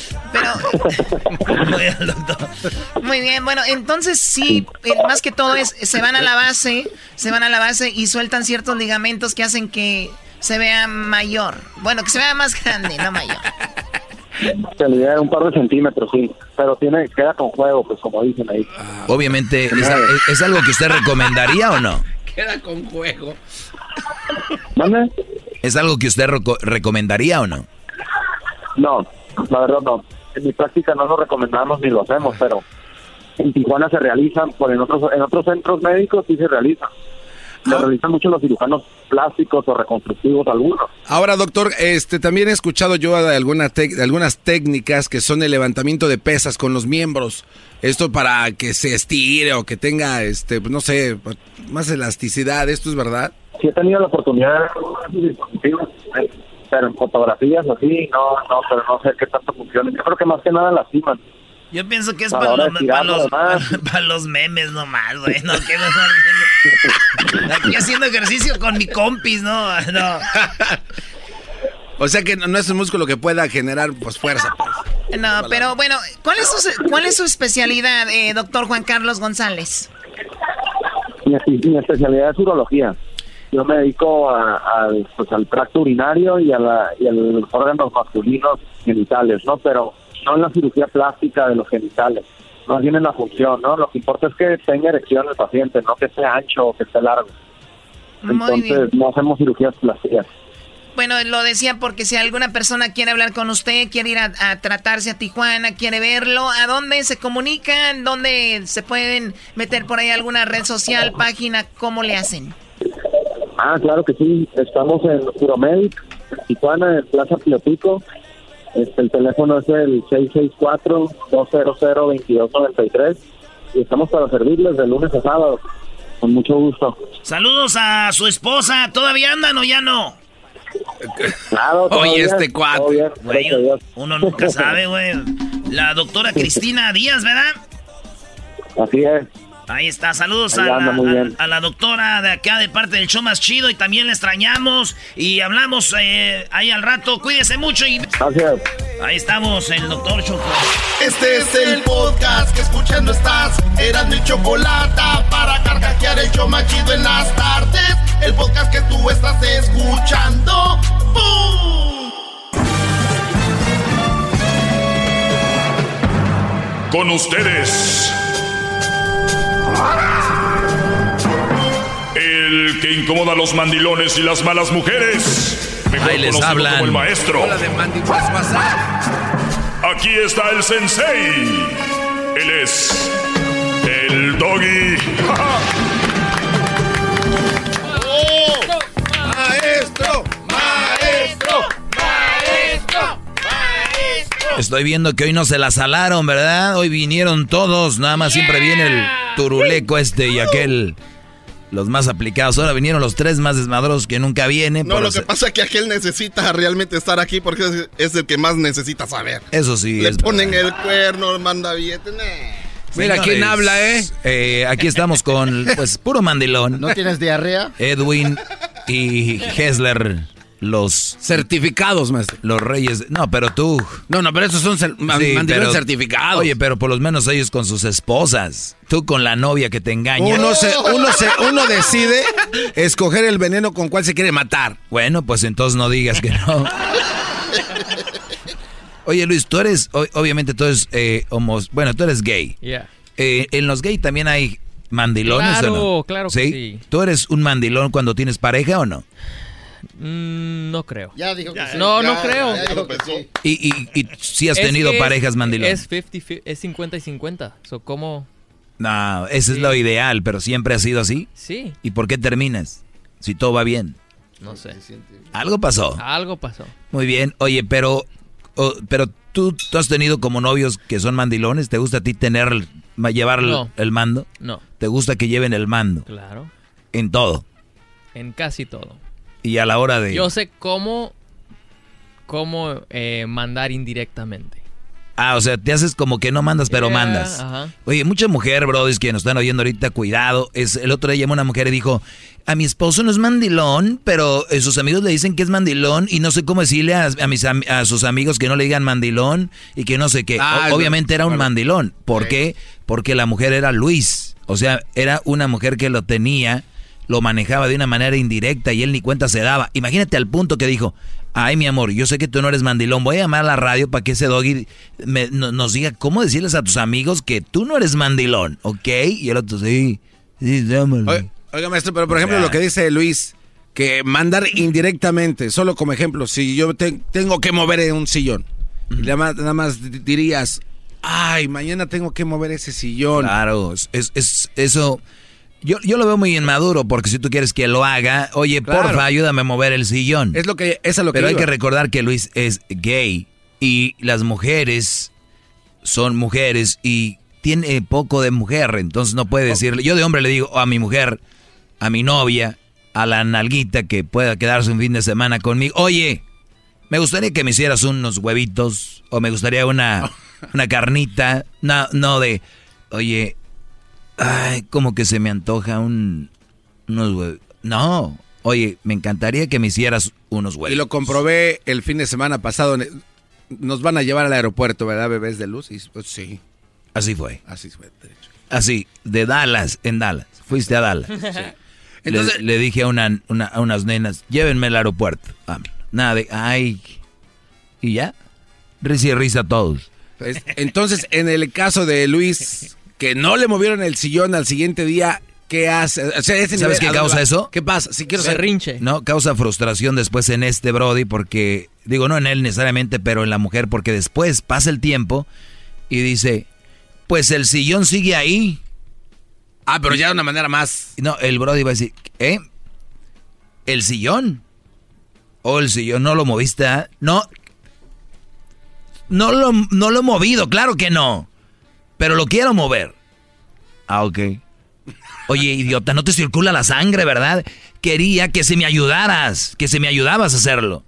Pero Muy bien, doctor. muy bien, bueno, entonces sí, eh, más que todo es, se van a la base, se van a la base y sueltan ciertos ligamentos que hacen que se vea mayor. Bueno, que se vea más grande, no mayor. Se le da un par de centímetros, sí, pero tiene queda con juego, pues como dicen ahí. Obviamente, ¿es, es- es algo que usted recomendaría o no? Queda con juego. ¿Dónde? ¿Es algo que usted reco- recomendaría o no? No, la verdad no. En mi práctica no lo recomendamos ni lo hacemos, pero en Tijuana se realizan, por en otros en otros centros médicos sí se realizan. Se realizan mucho los cirujanos plásticos o reconstructivos algunos. Ahora, doctor, este también he escuchado yo de, alguna tec- de algunas técnicas que son el levantamiento de pesas con los miembros. Esto para que se estire o que tenga, este, pues, no sé, más elasticidad. ¿Esto es verdad? Sí he tenido la oportunidad de ver dispositivos, pero en fotografías así, no, no, pero no sé qué tanto funciona. Yo creo que más que nada lastiman. Yo pienso que es A para, la hora los, de tirarlo, para, los, además. para los memes nomás, güey. No, que no, aquí haciendo ejercicio con mi compis, no, no. O sea que no, no es un músculo que pueda generar pues fuerza. Pues. No, pero bueno, ¿cuál es su, cuál es su especialidad, eh, doctor Juan Carlos González? Mi, mi especialidad es urología. Yo me dedico a, a, pues, al tracto urinario y a, la, y a los órganos masculinos genitales, ¿no? Pero no en la cirugía plástica de los genitales, más bien en la función, ¿no? Lo que importa es que tenga erección el paciente, no que esté ancho o que esté largo. Muy Entonces bien. no hacemos cirugías plásticas. Bueno, lo decía porque si alguna persona quiere hablar con usted, quiere ir a, a tratarse a Tijuana, quiere verlo, ¿a dónde se comunican? ¿Dónde se pueden meter por ahí alguna red social, página? ¿Cómo le hacen? Ah, claro que sí. Estamos en Uromedic, en Tijuana, en Plaza Piopico. Este, el teléfono es el seis seis cuatro, dos cero cero, dos dos nueve tres y estamos para servirles de lunes a sábado, con mucho gusto. Saludos a su esposa, ¿todavía andan o ya no? Claro, Oye, este cuate. Güey, uno nunca sabe, güey. La doctora Cristina Díaz, ¿verdad? Así es. Ahí está, saludos a la, a, a la doctora de acá de parte del show más chido y también le extrañamos y hablamos eh, ahí al rato, cuídese mucho y... Gracias. Ahí estamos, el doctor Choco. Este es el podcast que escuchando estás, Erasmo y Chocolata, para carcajear el show más chido en las tardes, el podcast que tú estás escuchando. ¡Bum! Con ustedes... el que incomoda a los mandilones y las malas mujeres. Mejor ahí les hablan como el maestro. Hola de Mandy Guas, Aquí está el sensei. Él es el Doggy. ¡Oh! ¡Maestro! ¡Maestro! ¡Maestro! ¡Maestro! Estoy viendo que hoy no se la salaron, ¿verdad? Hoy vinieron todos, nada más siempre viene el turuleco este y aquel, los más aplicados. Ahora vinieron los tres más desmadrosos que nunca vienen. No, lo que pasa es que aquel necesita realmente estar aquí porque es, es el que más necesita saber. Eso sí. Le ponen verdad. El cuerno, manda billetes. Mira, señores, ¿quién habla, eh? eh? Aquí estamos con, pues, puro mandilón. ¿No tienes diarrea? Edwin y Hessler. Los certificados, maestro. Los reyes. No, pero tú. No, no, pero esos son cer- sí, mandilones certificados. Oye, pero por lo menos ellos con sus esposas. Tú con la novia que te engaña. Uno, se, uno, se, uno decide escoger el veneno con cual se quiere matar. Bueno, pues entonces no digas que no. Oye, Luis, tú eres. Obviamente tú eres eh, homos. Bueno, tú eres gay. Yeah. Eh, en los gay también hay mandilones, claro, ¿o no? Claro, que ¿Sí? sí. ¿Tú eres un mandilón cuando tienes pareja o no? Mm, no creo. Ya dijo que ya, sí. No, ya, no creo. Ya dijo que sí. Y, y, y si has es tenido parejas mandilones. Es cincuenta, es cincuenta y cincuenta. So, ¿cómo? No, ese sí. es lo ideal, pero siempre ha sido así. Sí. ¿Y por qué terminas? Si todo va bien. No sé. Algo pasó. Algo pasó. Muy bien. Oye, pero, oh, pero tú, tú has tenido como novios que son mandilones. ¿Te gusta a ti tener, llevar no. el, el mando? No. ¿Te gusta que lleven el mando? Claro. En todo. En casi todo. Y a la hora de... Yo sé cómo, cómo eh, mandar indirectamente. Ah, o sea, te haces como que no mandas, pero yeah, mandas. Ajá. Oye, mucha mujer, bro, es que nos están oyendo ahorita, cuidado. Es, el otro día llamó una mujer y dijo, a mi esposo no es mandilón, pero eh, sus amigos le dicen que es mandilón y no sé cómo decirle a, a, mis, a sus amigos que no le digan mandilón y que no sé qué. Ah, o, obviamente era un bueno. mandilón. ¿Por sí. qué? Porque la mujer era Luis. O sea, era una mujer que lo tenía... lo manejaba de una manera indirecta y él ni cuenta se daba. Imagínate al punto que dijo, ay, mi amor, yo sé que tú no eres mandilón, voy a llamar a la radio para que ese doggy me, no, nos diga cómo decirles a tus amigos que tú no eres mandilón, ¿ok? Y el otro, sí, sí, llámalo. Oiga, oiga, maestro, pero por ejemplo, lo que dice Luis, que mandar indirectamente, solo como ejemplo, si yo te, tengo que mover un sillón, uh-huh. y nada más, nada más dirías, ay, mañana tengo que mover ese sillón. Claro, es, es eso... Yo, yo lo veo muy inmaduro, porque si tú quieres que lo haga, oye, claro. porfa, ayúdame a mover el sillón. Es lo que, es a lo que Pero iba. hay que recordar que Luis es gay y las mujeres son mujeres y tiene poco de mujer, entonces no puede decirle. Yo de hombre le digo a mi mujer, a mi novia, a la nalguita que pueda quedarse un fin de semana conmigo, oye, me gustaría que me hicieras unos huevitos o me gustaría una, una carnita, no, no de, oye... Ay, como que se me antoja un, unos huevos. No, oye, me encantaría que me hicieras unos huevos. Y lo comprobé el fin de semana pasado. Nos van a llevar al aeropuerto, ¿verdad, bebés de luz? Y, pues sí. Así fue. Así fue, de hecho. Así, de Dallas, en Dallas. Fuiste a Dallas. Sí. Entonces, le, le dije a, una, una, a unas nenas, llévenme al aeropuerto. Ah, nada de, ay. Y ya, risa y risa a todos. Pues, entonces, en el caso de Luis... que no le movieron el sillón al siguiente día, ¿qué hace? O sea, ese ¿sabes nivel, qué causa eso? ¿Qué pasa? Si quiero saber. Berrinche. No, causa frustración después en este brody porque, digo, no en él necesariamente, pero en la mujer, porque después pasa el tiempo y dice, pues el sillón sigue ahí. Ah, pero ya de una manera más... No, el brody va a decir, ¿eh? ¿El sillón? ¿O el sillón no lo moviste? ¿Ah? No. No lo, no lo he movido, claro que no. Pero lo quiero mover. Ah, ok. Oye, idiota, no te circula la sangre, ¿verdad? Quería que se me ayudaras, que se me ayudabas a hacerlo.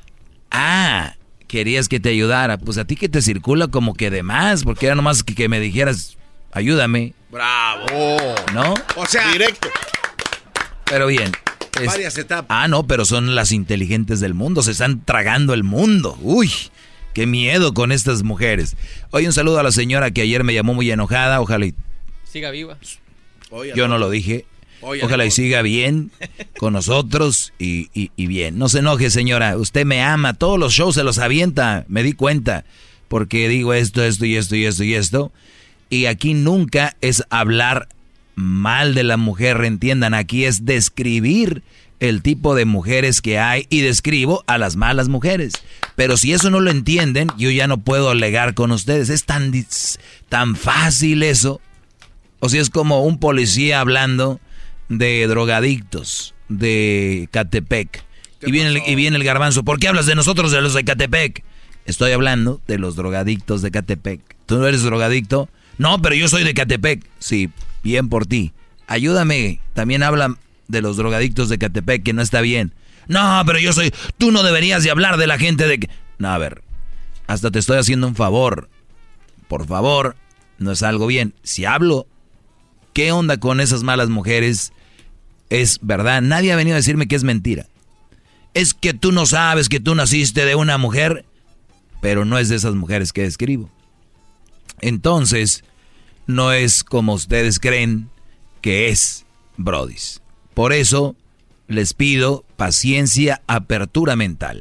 Ah, querías que te ayudara. Pues a ti que te circula como que de más, porque era nomás que, que me dijeras, ayúdame. ¡Bravo! ¿No? O sea, directo. Pero bien. Es, varias etapas. Ah, no, pero son las inteligentes del mundo, se están tragando el mundo. Uy, qué miedo con estas mujeres. Oye, un saludo a la señora que ayer me llamó muy enojada, ojalá y... siga viva. Oye, yo no lo dije. Oye, ojalá y siga bien con nosotros y, y, y bien. No se enoje, señora, usted me ama, todos los shows se los avienta, me di cuenta, porque digo esto, esto y esto y esto y esto. Y aquí nunca es hablar mal de la mujer, entiendan, aquí es describir el tipo de mujeres que hay y describo a las malas mujeres. Pero si eso no lo entienden, yo ya no puedo alegar con ustedes. Es tan, tan fácil eso. O sea, es como un policía hablando de drogadictos de Catepec. Y viene, el, y viene el garbanzo. ¿Por qué hablas de nosotros, de los de Catepec? Estoy hablando de los drogadictos de Catepec. ¿Tú no eres drogadicto? No, pero yo soy de Catepec. Sí, bien por ti. Ayúdame. También hablan de los drogadictos de Catepec, que no está bien. No, pero yo soy... Tú no deberías de hablar de la gente de... No, a ver. Hasta te estoy haciendo un favor. Por favor, no es algo bien. Si hablo... ¿Qué onda con esas malas mujeres? Es verdad, nadie ha venido a decirme que es mentira. Es que tú no sabes que tú naciste de una mujer, pero no es de esas mujeres que describo. Entonces, no es como ustedes creen que es, brodis. Por eso, les pido paciencia, apertura mental.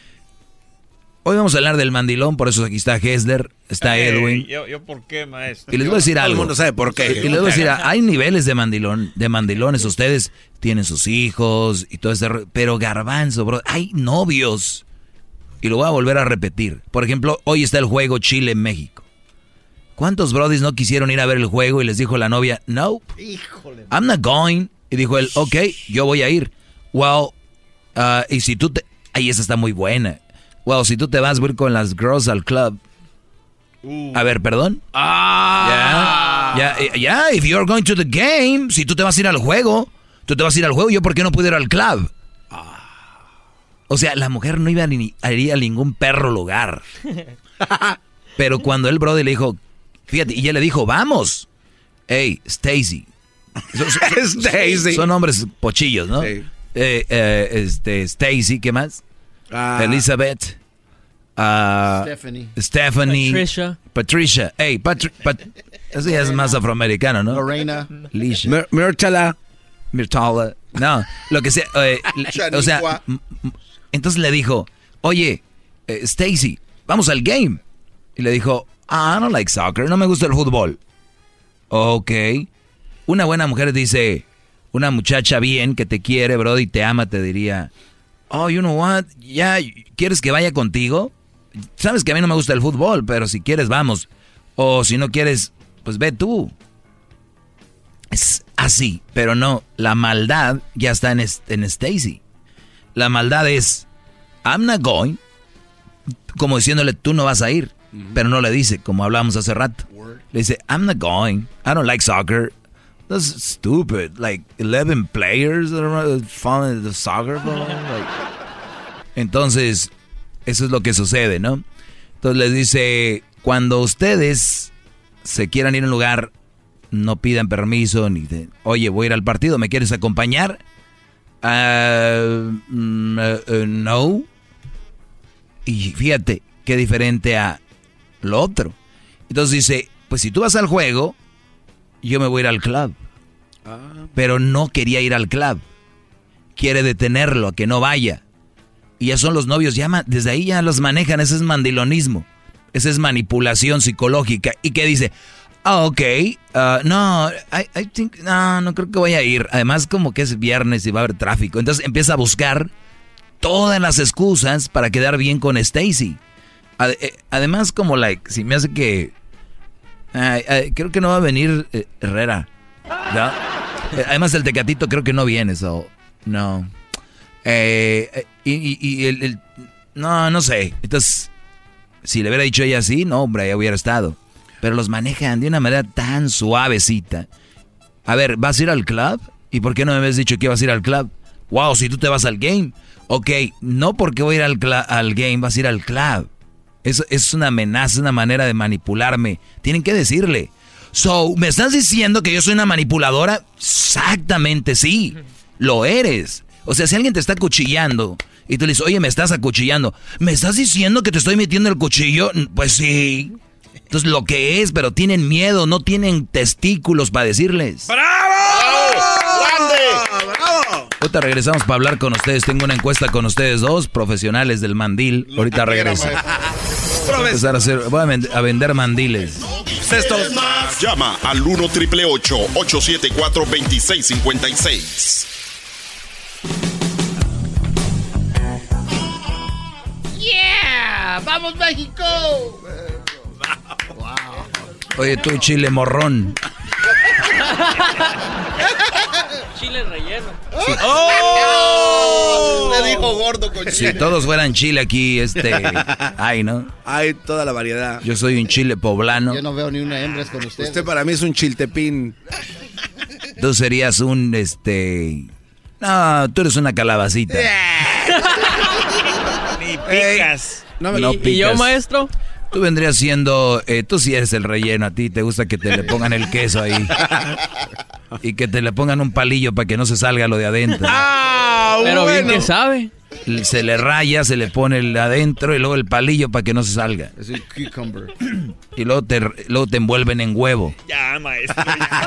Hoy vamos a hablar del mandilón, por eso aquí está Hessler, está hey, Edwin. Yo, yo, ¿por qué, maestro? Y les voy a decir algo. Todo el mundo sabe por qué. Y les voy a decir, hay niveles de mandilón, de mandilones. Ustedes tienen sus hijos y todo ese... Pero garbanzo, bro, hay novios. Y lo voy a volver a repetir. Por ejemplo, hoy está el juego Chile-México. ¿Cuántos brodis no quisieron ir a ver el juego y les dijo la novia, no, Híjole. I'm not going? Y dijo él, ok, yo voy a ir. Well, uh, y si tú te... Ay, esa está muy buena. Well, si tú te vas a ir con las girls al club. Uh. A ver, perdón. Ah. Ya, ya, ya, if you're going to the game, si tú te vas a ir al juego, tú te vas a ir al juego, yo por qué no puedo ir al club. Ah. O sea, la mujer no iba a, ni, a ir a ningún perro lugar. Pero cuando el brother le dijo, fíjate, y ella le dijo, vamos. Hey, Stacy. Son, son, Stacy. Son hombres pochillos, ¿no? Sí. Eh, eh, este, Stacy, ¿qué más? Uh, Elizabeth, uh, Stephanie, Stephanie, Patricia, Patricia, hey, Patri Pat eso ya es más afroamericano, ¿no? Lorena, Lisha, Myrtala, Myrtala, no, lo que sea, eh, o sea, entonces le dijo, oye, eh, Stacy, vamos al game, y le dijo, ah, I don't like soccer, no me gusta el fútbol. Okay, una buena mujer dice, una muchacha bien que te quiere, bro, y te ama, te diría, oh, you know what, ya, ¿quieres que vaya contigo? Sabes que a mí no me gusta el fútbol, pero si quieres, vamos. O si no quieres, pues ve tú. Es así, pero no, la maldad ya está en, en Stacy. La maldad es, I'm not going, como diciéndole, tú no vas a ir. Mm-hmm. Pero no le dice, como hablamos hace rato. Word. Le dice, I'm not going, I don't like soccer. That's stupid. Like eleven players that are fun the soccer ball. Like, entonces, eso es lo que sucede, ¿no? Entonces les dice, cuando ustedes se quieran ir a un lugar, no pidan permiso ni de, oye, voy a ir al partido, ¿me quieres acompañar? Uh, mm, uh, uh, no. Y fíjate, qué diferente a lo otro. Entonces dice, pues si tú vas al juego, yo me voy a ir al club. Ah. Pero no quería ir al club. Quiere detenerlo, a que no vaya. Y ya son los novios, ya desde ahí ya los manejan. Ese es mandilonismo. Esa es manipulación psicológica. ¿Y qué dice? Ah, ok. Uh, no, I, I think, no, no creo que voy a ir. Además, como que es viernes y va a haber tráfico. Entonces empieza a buscar todas las excusas para quedar bien con Stacy. Además, como like, si me hace que... Ay, ay, creo que no va a venir eh, Herrera, ¿no? Eh, además el Tecatito creo que no viene, so, no. Eh, y y, y el, el, no, no sé. Entonces, Si le hubiera dicho ella así, no, hombre, ya hubiera estado. Pero los manejan de una manera tan suavecita. A ver, ¿vas a ir al club? ¿Y por qué no me habías dicho que ibas a ir al club? Wow, si tú te vas al game. Ok, no porque voy a ir al, cl- al game, vas a ir al club. Eso es una amenaza, una manera de manipularme. Tienen que decirle. So, ¿me estás diciendo que yo soy una manipuladora? Exactamente, sí. Lo eres. O sea, si alguien te está acuchillando y tú le dices, oye, me estás acuchillando, ¿me estás diciendo que te estoy metiendo el cuchillo? Pues sí. Entonces, lo que es, pero tienen miedo, no tienen testículos para decirles. ¡Bravo! ¡Grande! ¡Bravo! Ahorita regresamos para hablar con ustedes. Tengo una encuesta con ustedes dos, profesionales del mandil. Ahorita regreso. Voy a empezar a, hacer, voy a, vend- a vender mandiles. Llama al uno triple ocho ocho siete cuatro dos seis cinco seis. ¡Yeah! ¡Vamos, México! Oye, tú, chile morrón. Chile relleno. Sí. ¡Oh! Le dijo gordo con chile. Si todos fueran chile aquí, este... Hay, ¿no? Hay toda la variedad. Yo soy un chile poblano. Yo no veo ni una hembra con usted. Usted para mí es un chiltepín. Tú serías un, este... No, tú eres una calabacita. Ni picas. No me ¿Y, no ¿Y picas. yo, maestro? Tú vendrías siendo... Eh, tú sí eres el relleno. A ti te gusta que te le pongan el queso ahí. Y que te le pongan un palillo para que no se salga lo de adentro. Ah, Pero bueno. Bien que sabe. Se le raya, se le pone el adentro y luego el palillo para que no se salga. Es un cucumber. Y luego te, luego te envuelven en huevo. Ya, maestro.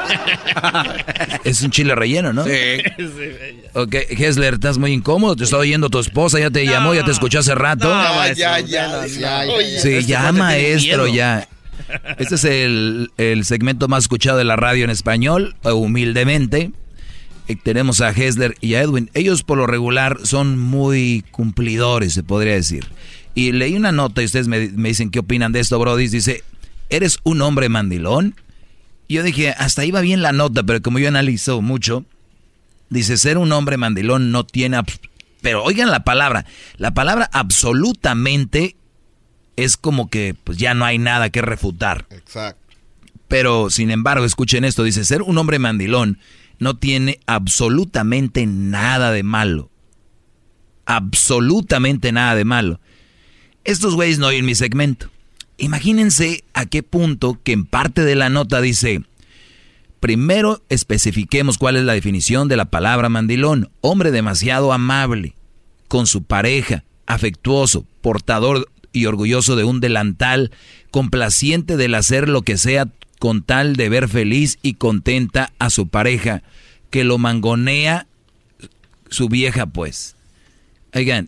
Ya. Es un chile relleno, ¿no? Sí. Ok, Hessler, estás muy incómodo. Te está oyendo tu esposa, ya te no. llamó, ya te escuchó hace rato. No, ya, ya, ya. ya. Sí, ya, maestro, ya. Este es el, el segmento más escuchado de la radio en español, humildemente. Y tenemos a Hessler y a Edwin. Ellos por lo regular son muy cumplidores, se podría decir. Y leí una nota y ustedes me, me dicen qué opinan de esto, Brody. Dice, ¿eres un hombre mandilón? Y yo dije, hasta ahí va bien la nota, pero como yo analizo mucho, dice, ser un hombre mandilón no tiene... Pero oigan la palabra, la palabra absolutamente es como que pues ya no hay nada que refutar. Exacto. Pero, sin embargo, escuchen esto, dice, ser un hombre mandilón no tiene absolutamente nada de malo. Absolutamente nada de malo. Estos güeyes no oyen mi segmento. Imagínense a qué punto que en parte de la nota dice, primero especifiquemos cuál es la definición de la palabra mandilón. Hombre demasiado amable con su pareja, afectuoso, portador y orgulloso de un delantal, complaciente del hacer lo que sea con tal de ver feliz y contenta a su pareja, que lo mangonea su vieja, pues. Oigan,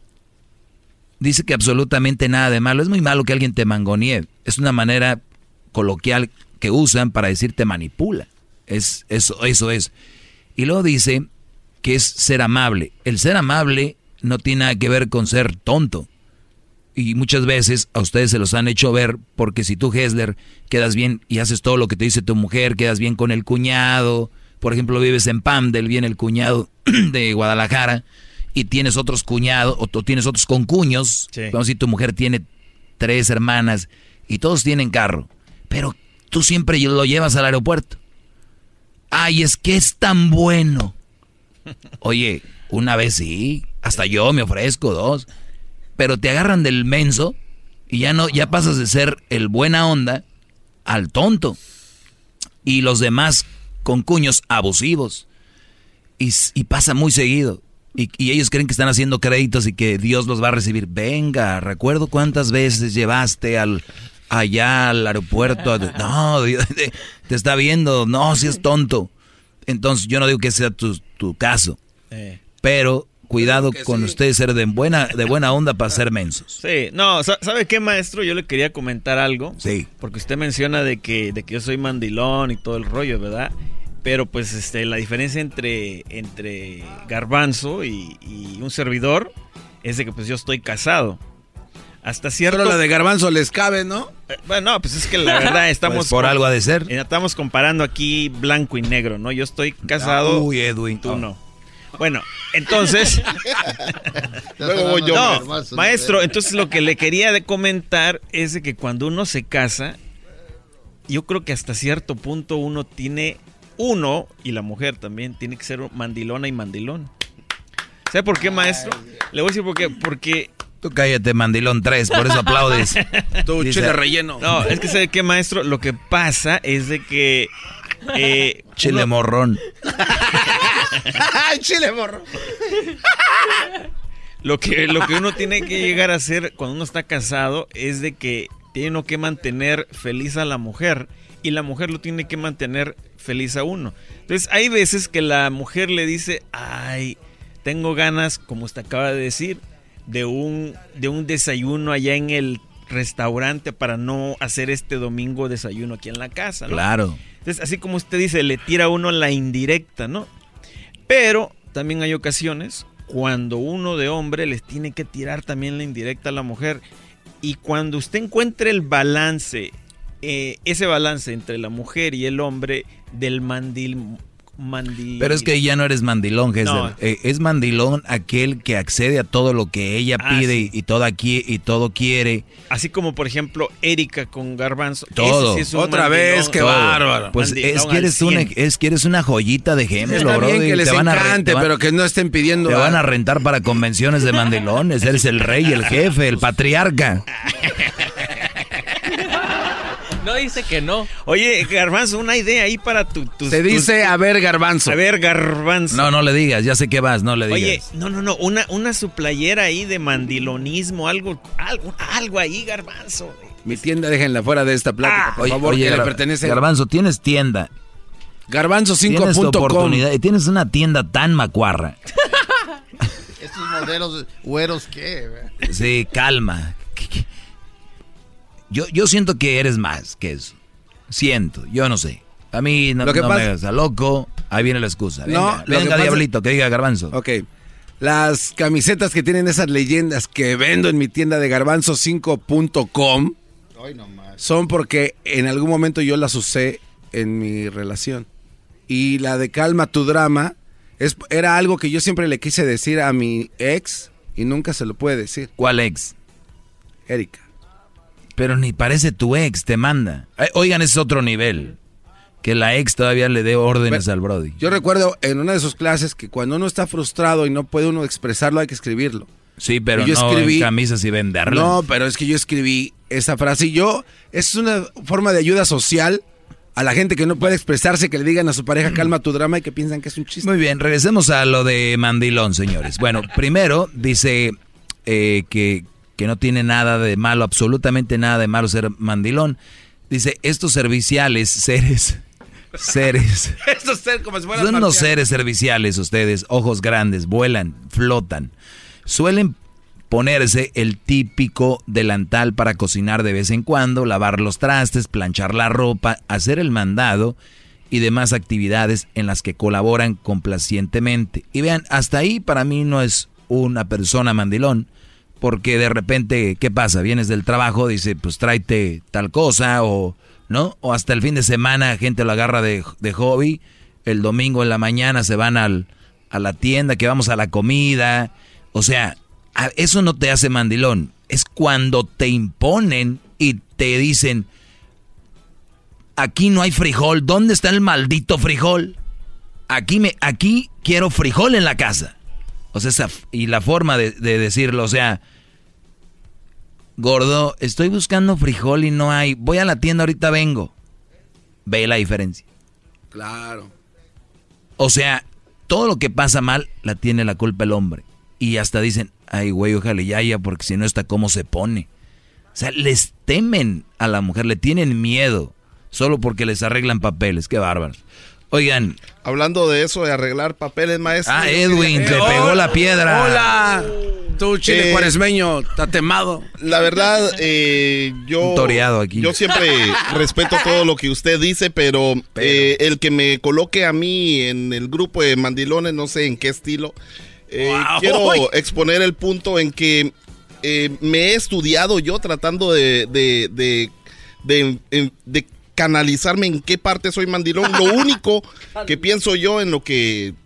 dice que absolutamente nada de malo. Es muy malo que alguien te mangonee. Es una manera coloquial que usan para decir te manipula. Es, eso, eso es. Y luego dice que es ser amable. El ser amable no tiene nada que ver con ser tonto. Y muchas veces a ustedes se los han hecho ver porque si tú, Hessler, quedas bien y haces todo lo que te dice tu mujer, quedas bien con el cuñado, por ejemplo, vives en Pamdel, viene el cuñado de Guadalajara y tienes otros cuñados o tú tienes otros concuños, sí. Vamos a decir, tu mujer tiene tres hermanas y todos tienen carro, pero tú siempre lo llevas al aeropuerto. Ay, es que es tan bueno. Oye, una vez sí, hasta yo me ofrezco dos. Pero te agarran del menso y ya no, ya pasas de ser el buena onda al tonto. Y los demás con cuños abusivos. Y, y pasa muy seguido. Y, y ellos creen que están haciendo créditos y que Dios los va a recibir. Venga, recuerdo cuántas veces llevaste al allá al aeropuerto. No, te, te está viendo. No, si es tonto. Entonces yo no digo que sea tu, tu caso. Eh. Pero... cuidado con sí. ustedes ser de buena, de buena onda para ser mensos. Sí, no, ¿sabe qué, maestro? Yo le quería comentar algo. Sí. Porque usted menciona de que, de que yo soy mandilón y todo el rollo, ¿verdad? Pero pues este, la diferencia entre, entre Garbanzo y, y un servidor es de que pues yo estoy casado. Hasta cierto... Pero la de Garbanzo les cabe, ¿no? Eh, bueno, pues es que la verdad estamos... pues por algo ha de ser. Estamos comparando aquí blanco y negro, ¿no? Yo estoy casado. Uy, Edwin. Tú oh. no. Bueno, entonces... Luego voy yo. No, maestro, entonces lo que le quería de comentar es de que cuando uno se casa, yo creo que hasta cierto punto uno tiene... Uno, y la mujer también, tiene que ser mandilona y mandilón. ¿Sabe por qué, maestro? Le voy a decir por qué. Porque... Tú cállate, mandilón tres, por eso aplaudes. Tú, Dice, chile relleno. No, es que ¿sabe qué, maestro? Lo que pasa es de que... Eh, chile uno... morrón. Chile morrón. Lo que, lo que uno tiene que llegar a hacer cuando uno está casado es de que tiene uno que mantener feliz a la mujer y la mujer lo tiene que mantener feliz a uno. Entonces hay veces que la mujer le dice, ay, tengo ganas, como usted acaba de decir, de un, de un desayuno allá en el restaurante para no hacer este domingo desayuno aquí en la casa, ¿no? Claro. Entonces, así como usted dice, le tira a uno la indirecta, ¿no? Pero también hay ocasiones cuando uno de hombre les tiene que tirar también la indirecta a la mujer. Y cuando usted encuentre el balance, eh, ese balance entre la mujer y el hombre del mandil... Mandil... Pero es que ya no eres mandilón, Gessler. No. Eh, es mandilón aquel que accede a todo lo que ella ah, pide sí. y, y, todo aquí, y todo quiere. Así como, por ejemplo, Erika con Garbanzo. Todo. Ese sí es Otra mandilón. Vez, qué todo. Bárbaro. Pues es que, eres una, es que eres una joyita de ejemplo, Está bro. bien que les te van encante, a van, pero que no estén pidiendo... Te a... van a rentar para convenciones de mandilones. Eres el rey, el jefe, el patriarca. No dice que no. Oye, Garbanzo, una idea ahí para tu... tu Se dice, tu, a ver, Garbanzo. A ver, Garbanzo. No, no le digas, ya sé que vas, no le digas. Oye, no, no, no, una, una su playera ahí de mandilonismo, algo, algo, algo ahí, Garbanzo. Mi tienda, déjenla fuera de esta plática, ah, por oye, favor, oye, que Gar le pertenece. Garbanzo, tienes tienda. Garbanzo cinco punto com. Tienes tu oportunidad y tienes una tienda tan macuarra. Estos modelos güeros, ¿qué? Sí, calma. ¿Qué, qué? Yo, yo siento que eres más que eso. Siento, yo no sé. A mí no, lo que no pasa... me hagas a loco. Ahí viene la excusa. Venga, no, venga pasa... diablito, que diga Garbanzo. Ok. Las camisetas que tienen esas leyendas que vendo en mi tienda de garbanzo cinco punto com son porque en algún momento yo las usé en mi relación. Y la de Calma tu drama es, era algo que yo siempre le quise decir a mi ex y nunca se lo puede decir. ¿Cuál ex? Erika. Pero ni parece tu ex, te manda. Oigan, ese es otro nivel. Que la ex todavía le dé órdenes pero, al brody. Yo recuerdo en una de sus clases que cuando uno está frustrado y no puede uno expresarlo, hay que escribirlo. Sí, pero yo no escribí, en camisas y venderla. No, pero es que yo escribí esa frase y yo... Es una forma de ayuda social a la gente que no puede expresarse, que le digan a su pareja, calma tu drama, y que piensan que es un chiste. Muy bien, regresemos a lo de mandilón, señores. Bueno, primero dice eh, que... que no tiene nada de malo, absolutamente nada de malo ser mandilón. Dice, estos serviciales, seres, seres, estos seres como si fueran son unos seres serviciales ustedes, ojos grandes, vuelan, flotan. Suelen ponerse el típico delantal para cocinar de vez en cuando, lavar los trastes, planchar la ropa, hacer el mandado y demás actividades en las que colaboran complacientemente. Y vean, hasta ahí para mí no es una persona mandilón. Porque de repente, ¿qué pasa? Vienes del trabajo, dice, pues tráete tal cosa, o ¿no? O hasta el fin de semana, gente lo agarra de, de hobby. El domingo en la mañana se van al, a la tienda, que vamos a la comida. O sea, eso no te hace mandilón. Es cuando te imponen y te dicen, aquí no hay frijol, ¿dónde está el maldito frijol? Aquí, me, aquí quiero frijol en la casa. O sea, esa, y la forma de, de decirlo, o sea, gordo, estoy buscando frijol y no hay, voy a la tienda, ahorita vengo. Ve la diferencia. Claro. O sea, todo lo que pasa mal la tiene la culpa el hombre. Y hasta dicen, ay güey, ojalá ya ya, porque si no está cómo se pone. O sea, les temen a la mujer, le tienen miedo, solo porque les arreglan papeles, qué bárbaros. Oigan. Hablando de eso, de arreglar papeles, maestro. Ah, Edwin, te pegó la piedra. Hola. Tú, chile eh, cuaresmeño, tatemado. La verdad, eh, yo... Un toreado aquí. Yo siempre respeto todo lo que usted dice, pero, pero. Eh, el que me coloque a mí en el grupo de mandilones, no sé en qué estilo, eh, wow. quiero exponer el punto en que eh, me he estudiado yo tratando de... de, de, de, de, de canalizarme en qué parte soy mandilón. Lo único que pienso yo en lo que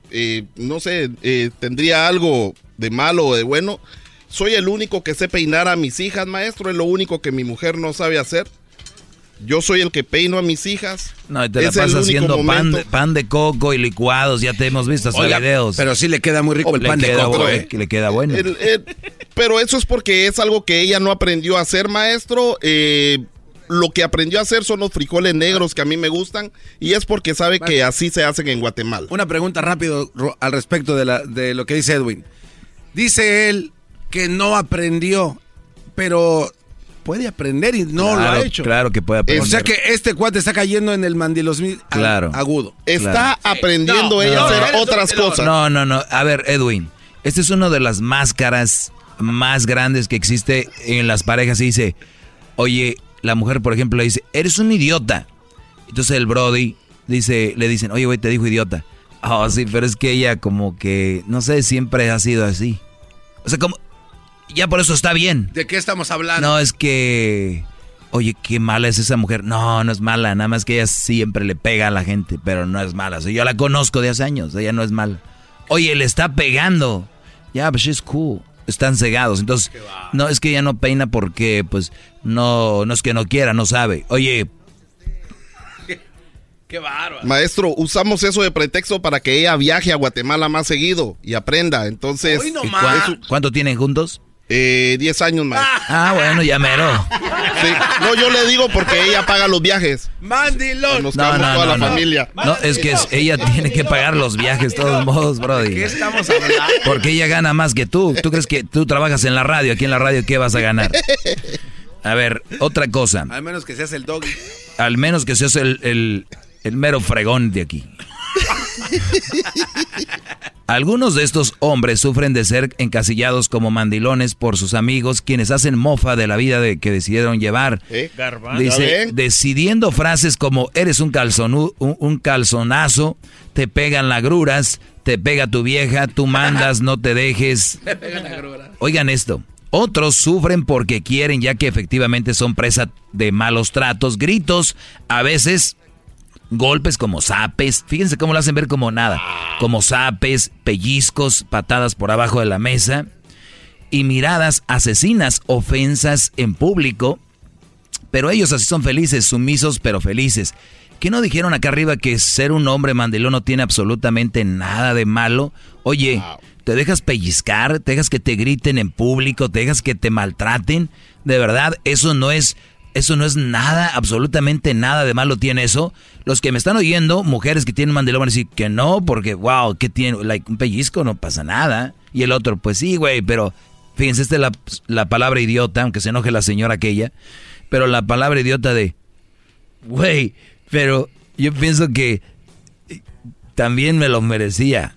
eh, no sé, eh, tendría algo de malo o de bueno. Soy el único que sé peinar a mis hijas, maestro. Es lo único que mi mujer no sabe hacer. Yo soy el que peino a mis hijas. No, y te la pasas haciendo pan de, pan de coco y licuados. Ya te hemos visto hasta videos. Pero sí le queda muy rico oh, el pan de coco. Bueno, eh. Que le queda bueno. El, el, pero eso es porque es algo que ella no aprendió a hacer, maestro. Eh, lo que aprendió a hacer son los frijoles negros que a mí me gustan. Y es porque sabe que así se hacen en Guatemala. Una pregunta rápido al respecto de, la, de lo que dice Edwin. Dice él que no aprendió, pero... puede aprender y no claro, lo ha hecho. Claro que puede aprender. O sea que este cuate está cayendo en el mandilosmi claro, agudo. Está claro. aprendiendo no, ella no, a hacer no, otras no, cosas. No, no, no. A ver, Edwin, esta es una de las máscaras más grandes que existe en las parejas. Y dice, oye, la mujer, por ejemplo, le dice, eres un idiota. Entonces el Brody dice, le dicen, oye, güey, te dijo idiota. Oh, sí, pero es que ella como que, no sé, siempre ha sido así. O sea, como... ya por eso está bien. ¿De qué estamos hablando? No, es que... oye, qué mala es esa mujer. No, no es mala, nada más que ella siempre le pega a la gente, pero no es mala. O sea, yo la conozco de hace años, ella no es mala. Oye, le está pegando. Ya, yeah, but she's cool. Están cegados, entonces... no, es que ella no peina porque, pues, no, no es que no quiera, no sabe. Oye... Qué bárbaro. Maestro, usamos eso de pretexto para que ella viaje a Guatemala más seguido y aprenda. Entonces, no ¿cuánto, ¿cuánto tienen juntos? Eh, diez años más. Ah, bueno, ya mero. Sí. No, yo le digo porque ella paga los viajes. Mandilón. Nos no, no, toda no, la no. familia. No, es que es, ella tiene que pagar los viajes de todos modos, brody. ¿De qué estamos hablando? Porque ella gana más que tú. ¿Tú crees que tú trabajas en la radio? Aquí en la radio, ¿qué vas a ganar? A ver, otra cosa. Al menos que seas el doggy. Al menos que seas el, el, el mero fregón de aquí. Algunos de estos hombres sufren de ser encasillados como mandilones por sus amigos, quienes hacen mofa de la vida de que decidieron llevar. ¿Eh? Dice, decidiendo frases como eres un, calzonu, un, un calzonazo, te pegan lagruras, te pega tu vieja, tú mandas, no te dejes. Oigan esto. Otros sufren porque quieren, ya que efectivamente son presa de malos tratos, gritos, a veces golpes como zapes. Fíjense cómo lo hacen ver como nada. Como zapes, pellizcos, patadas por abajo de la mesa y miradas asesinas, ofensas en público. Pero ellos así son felices, sumisos pero felices. ¿Qué no dijeron acá arriba que ser un hombre mandilón no tiene absolutamente nada de malo? Oye... wow. ¿Te dejas pellizcar? ¿Te dejas que te griten en público? ¿Te dejas que te maltraten? De verdad, eso no es, eso no es nada, absolutamente nada de malo tiene eso. Los que me están oyendo, mujeres que tienen mandilón, van a decir que no, porque wow, ¿qué tiene? Like, un pellizco no pasa nada. Y el otro, pues sí, güey, pero fíjense, esta es la, la palabra idiota, aunque se enoje la señora aquella, pero la palabra idiota de, güey, pero yo pienso que también me lo merecía.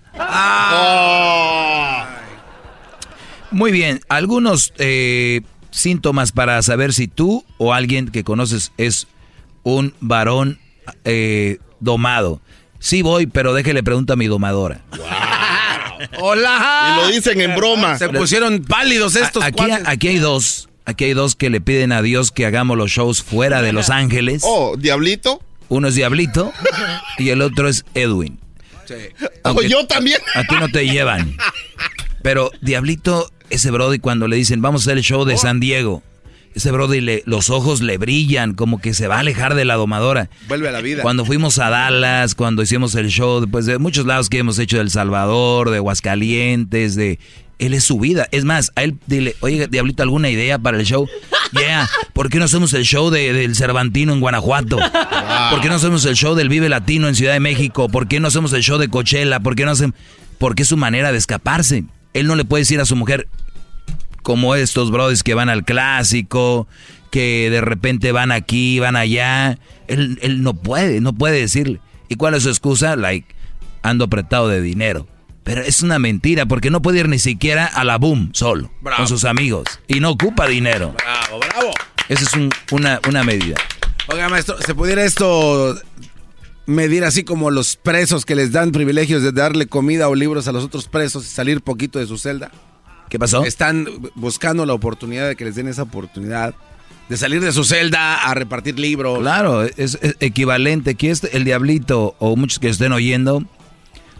Oh. Muy bien, algunos eh, síntomas para saber si tú o alguien que conoces es un varón eh, domado. Sí voy, pero déjele pregunto a mi domadora. Wow. Hola. Y lo dicen en broma. Se pusieron pálidos estos aquí, cuates. Aquí hay dos, aquí hay dos que le piden a Dios que hagamos los shows fuera de Los Ángeles. Oh, ¿Diablito? Uno es Diablito y el otro es Edwin. Sí. Aunque yo también. A ti no te llevan. Pero Diablito, ese brody cuando le dicen vamos a hacer el show de San Diego, ese brody le, los ojos le brillan, como que se va a alejar de la domadora. Vuelve a la vida. Cuando fuimos a Dallas, cuando hicimos el show, pues de muchos lados que hemos hecho de El Salvador, de Aguascalientes, de... Él es su vida. Es más, a él dile, oye, Diablito, ¿alguna idea para el show? Yeah, ¿por qué no hacemos el show de, del Cervantino en Guanajuato? Wow. ¿Por qué no hacemos el show del Vive Latino en Ciudad de México? ¿Por qué no hacemos el show de Coachella? ¿Por qué no hacemos...? Porque es su manera de escaparse. Él no le puede decir a su mujer, como estos brothers que van al clásico, que de repente van aquí, van allá. Él, él no puede, no puede decirle. ¿Y cuál es su excusa? Like, ando apretado de dinero. Pero es una mentira, porque no puede ir ni siquiera a la boom solo, bravo, con sus amigos. Y no ocupa dinero. Bravo, bravo. Esa es un, una, una medida. Oiga, maestro, ¿se pudiera esto medir así como los presos que les dan privilegios de darle comida o libros a los otros presos y salir poquito de su celda? ¿Qué pasó? Están buscando la oportunidad de que les den esa oportunidad de salir de su celda a repartir libros. Claro, es, es equivalente. Aquí este, el Diablito o muchos que estén oyendo...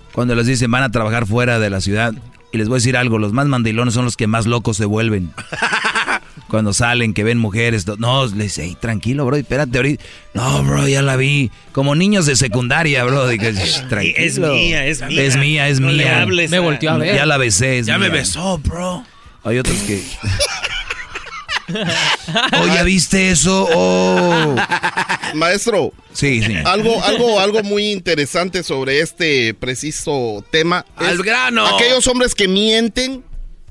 cuando les dicen van a trabajar fuera de la ciudad. Y les voy a decir algo, los más mandilones son los que más locos se vuelven. Cuando salen, que ven mujeres, no, les dice, hey, tranquilo, bro, espérate ahorita. No, bro, ya la vi. Como niños de secundaria, bro. Digo, tranquilo. Es mía, es mía. Es mía, es no mía. Le hables, me volteó a ver. Ya la besé, es Ya mía. me besó, bro. Hay otros que... Oh, ¿ya viste eso? Oh. Maestro. Sí, sí. Algo, algo, algo muy interesante sobre este preciso tema. ¡Al grano! Aquellos hombres que mienten,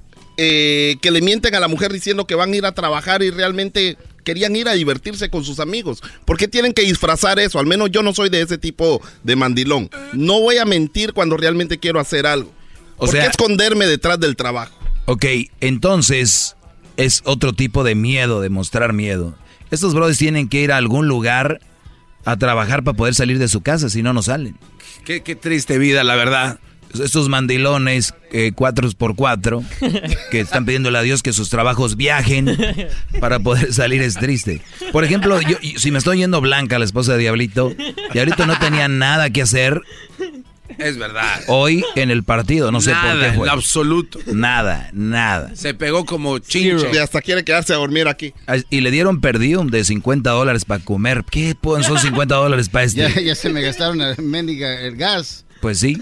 eh, que le mienten a la mujer diciendo que van a ir a trabajar y realmente querían ir a divertirse con sus amigos. ¿Por qué tienen que disfrazar eso? Al menos yo no soy de ese tipo de mandilón. No voy a mentir cuando realmente quiero hacer algo. O ¿Por sea, qué esconderme detrás del trabajo? Ok, entonces es otro tipo de miedo, de mostrar miedo. Estos brothers tienen que ir a algún lugar a trabajar para poder salir de su casa, si no, no salen. Qué, qué triste vida, la verdad. Estos mandilones, eh, cuatro por cuatro, que están pidiéndole a Dios que sus trabajos viajen para poder salir, es triste. Por ejemplo, yo, si me estoy yendo Blanca, la esposa de Diablito, Diablito no tenía nada que hacer. Es verdad. Hoy en el partido, no sé nada, por qué fue. En absoluto. Nada, nada. Se pegó como chinche. Y hasta quiere quedarse a dormir aquí. Y le dieron perdido de cincuenta dólares para comer. ¿Qué pueden son cincuenta dólares para este? Ya, ya se me gastaron la mendiga, el gas. Pues sí.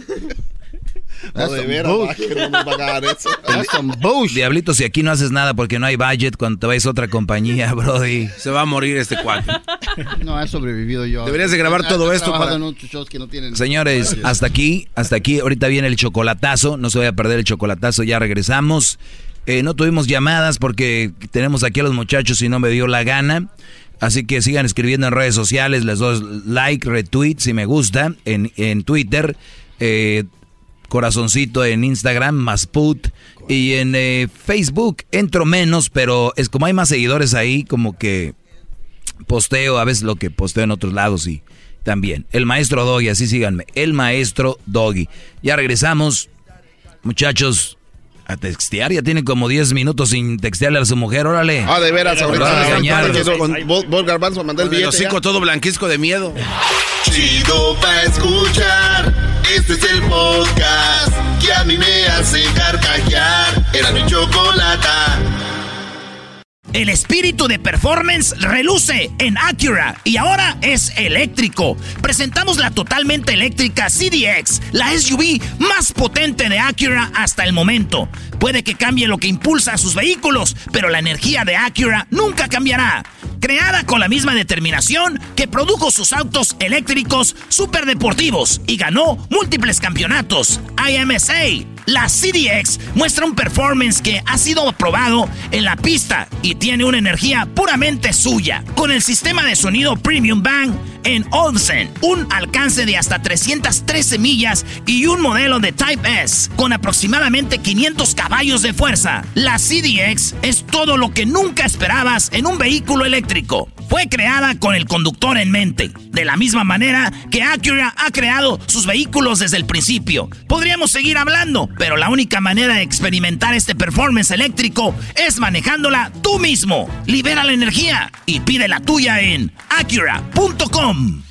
No, de veras, va, que no nos va a dar eso. Diablito, si aquí no haces nada porque no hay budget, cuando te vayas a otra compañía, brody. Se va a morir este cuate. No, he sobrevivido yo. Deberías de grabar todo esto para... en otros shows que no tienen... Señores, budget. hasta aquí, hasta aquí. Ahorita viene el chocolatazo. No se vaya a perder el chocolatazo, ya regresamos. Eh, no tuvimos llamadas porque tenemos aquí a los muchachos y no me dio la gana. Así que sigan escribiendo en redes sociales. Les doy like, retweet si me gusta. En, en Twitter, eh... corazoncito en Instagram, Masput, y en eh, Facebook entro menos, pero es como hay más seguidores ahí, como que posteo a veces lo que posteo en otros lados y también. El Maestro Doggy, así síganme, El Maestro Doggy. Ya regresamos, muchachos, a textear, ya tienen como diez minutos sin textearle a su mujer, órale. Ah, de veras, ahorita Van a regañar. Vos, Garbanzo, mandé el billete. El hocico todo blanquisco de miedo. Chido pa' escuchar. Este es el podcast que a mí me hace carcajear. Era mi chocolata. El espíritu de performance reluce en Acura y ahora es eléctrico. Presentamos la totalmente eléctrica C D X, la S U V más potente de Acura hasta el momento. Puede que cambie lo que impulsa a sus vehículos, pero la energía de Acura nunca cambiará. Creada con la misma determinación que produjo sus autos eléctricos superdeportivos y ganó múltiples campeonatos. I M S A. La C D X muestra un performance que ha sido aprobado en la pista y tiene una energía puramente suya. Con el sistema de sonido Premium Bang en Olsen, un alcance de hasta trescientas trece millas y un modelo de Type S con aproximadamente quinientos caballos de fuerza. La C D X es todo lo que nunca esperabas en un vehículo eléctrico. Fue creada con el conductor en mente, de la misma manera que Acura ha creado sus vehículos desde el principio. Podríamos seguir hablando, pero la única manera de experimentar este performance eléctrico es manejándola tú mismo. Libera la energía y pide la tuya en Acura punto com.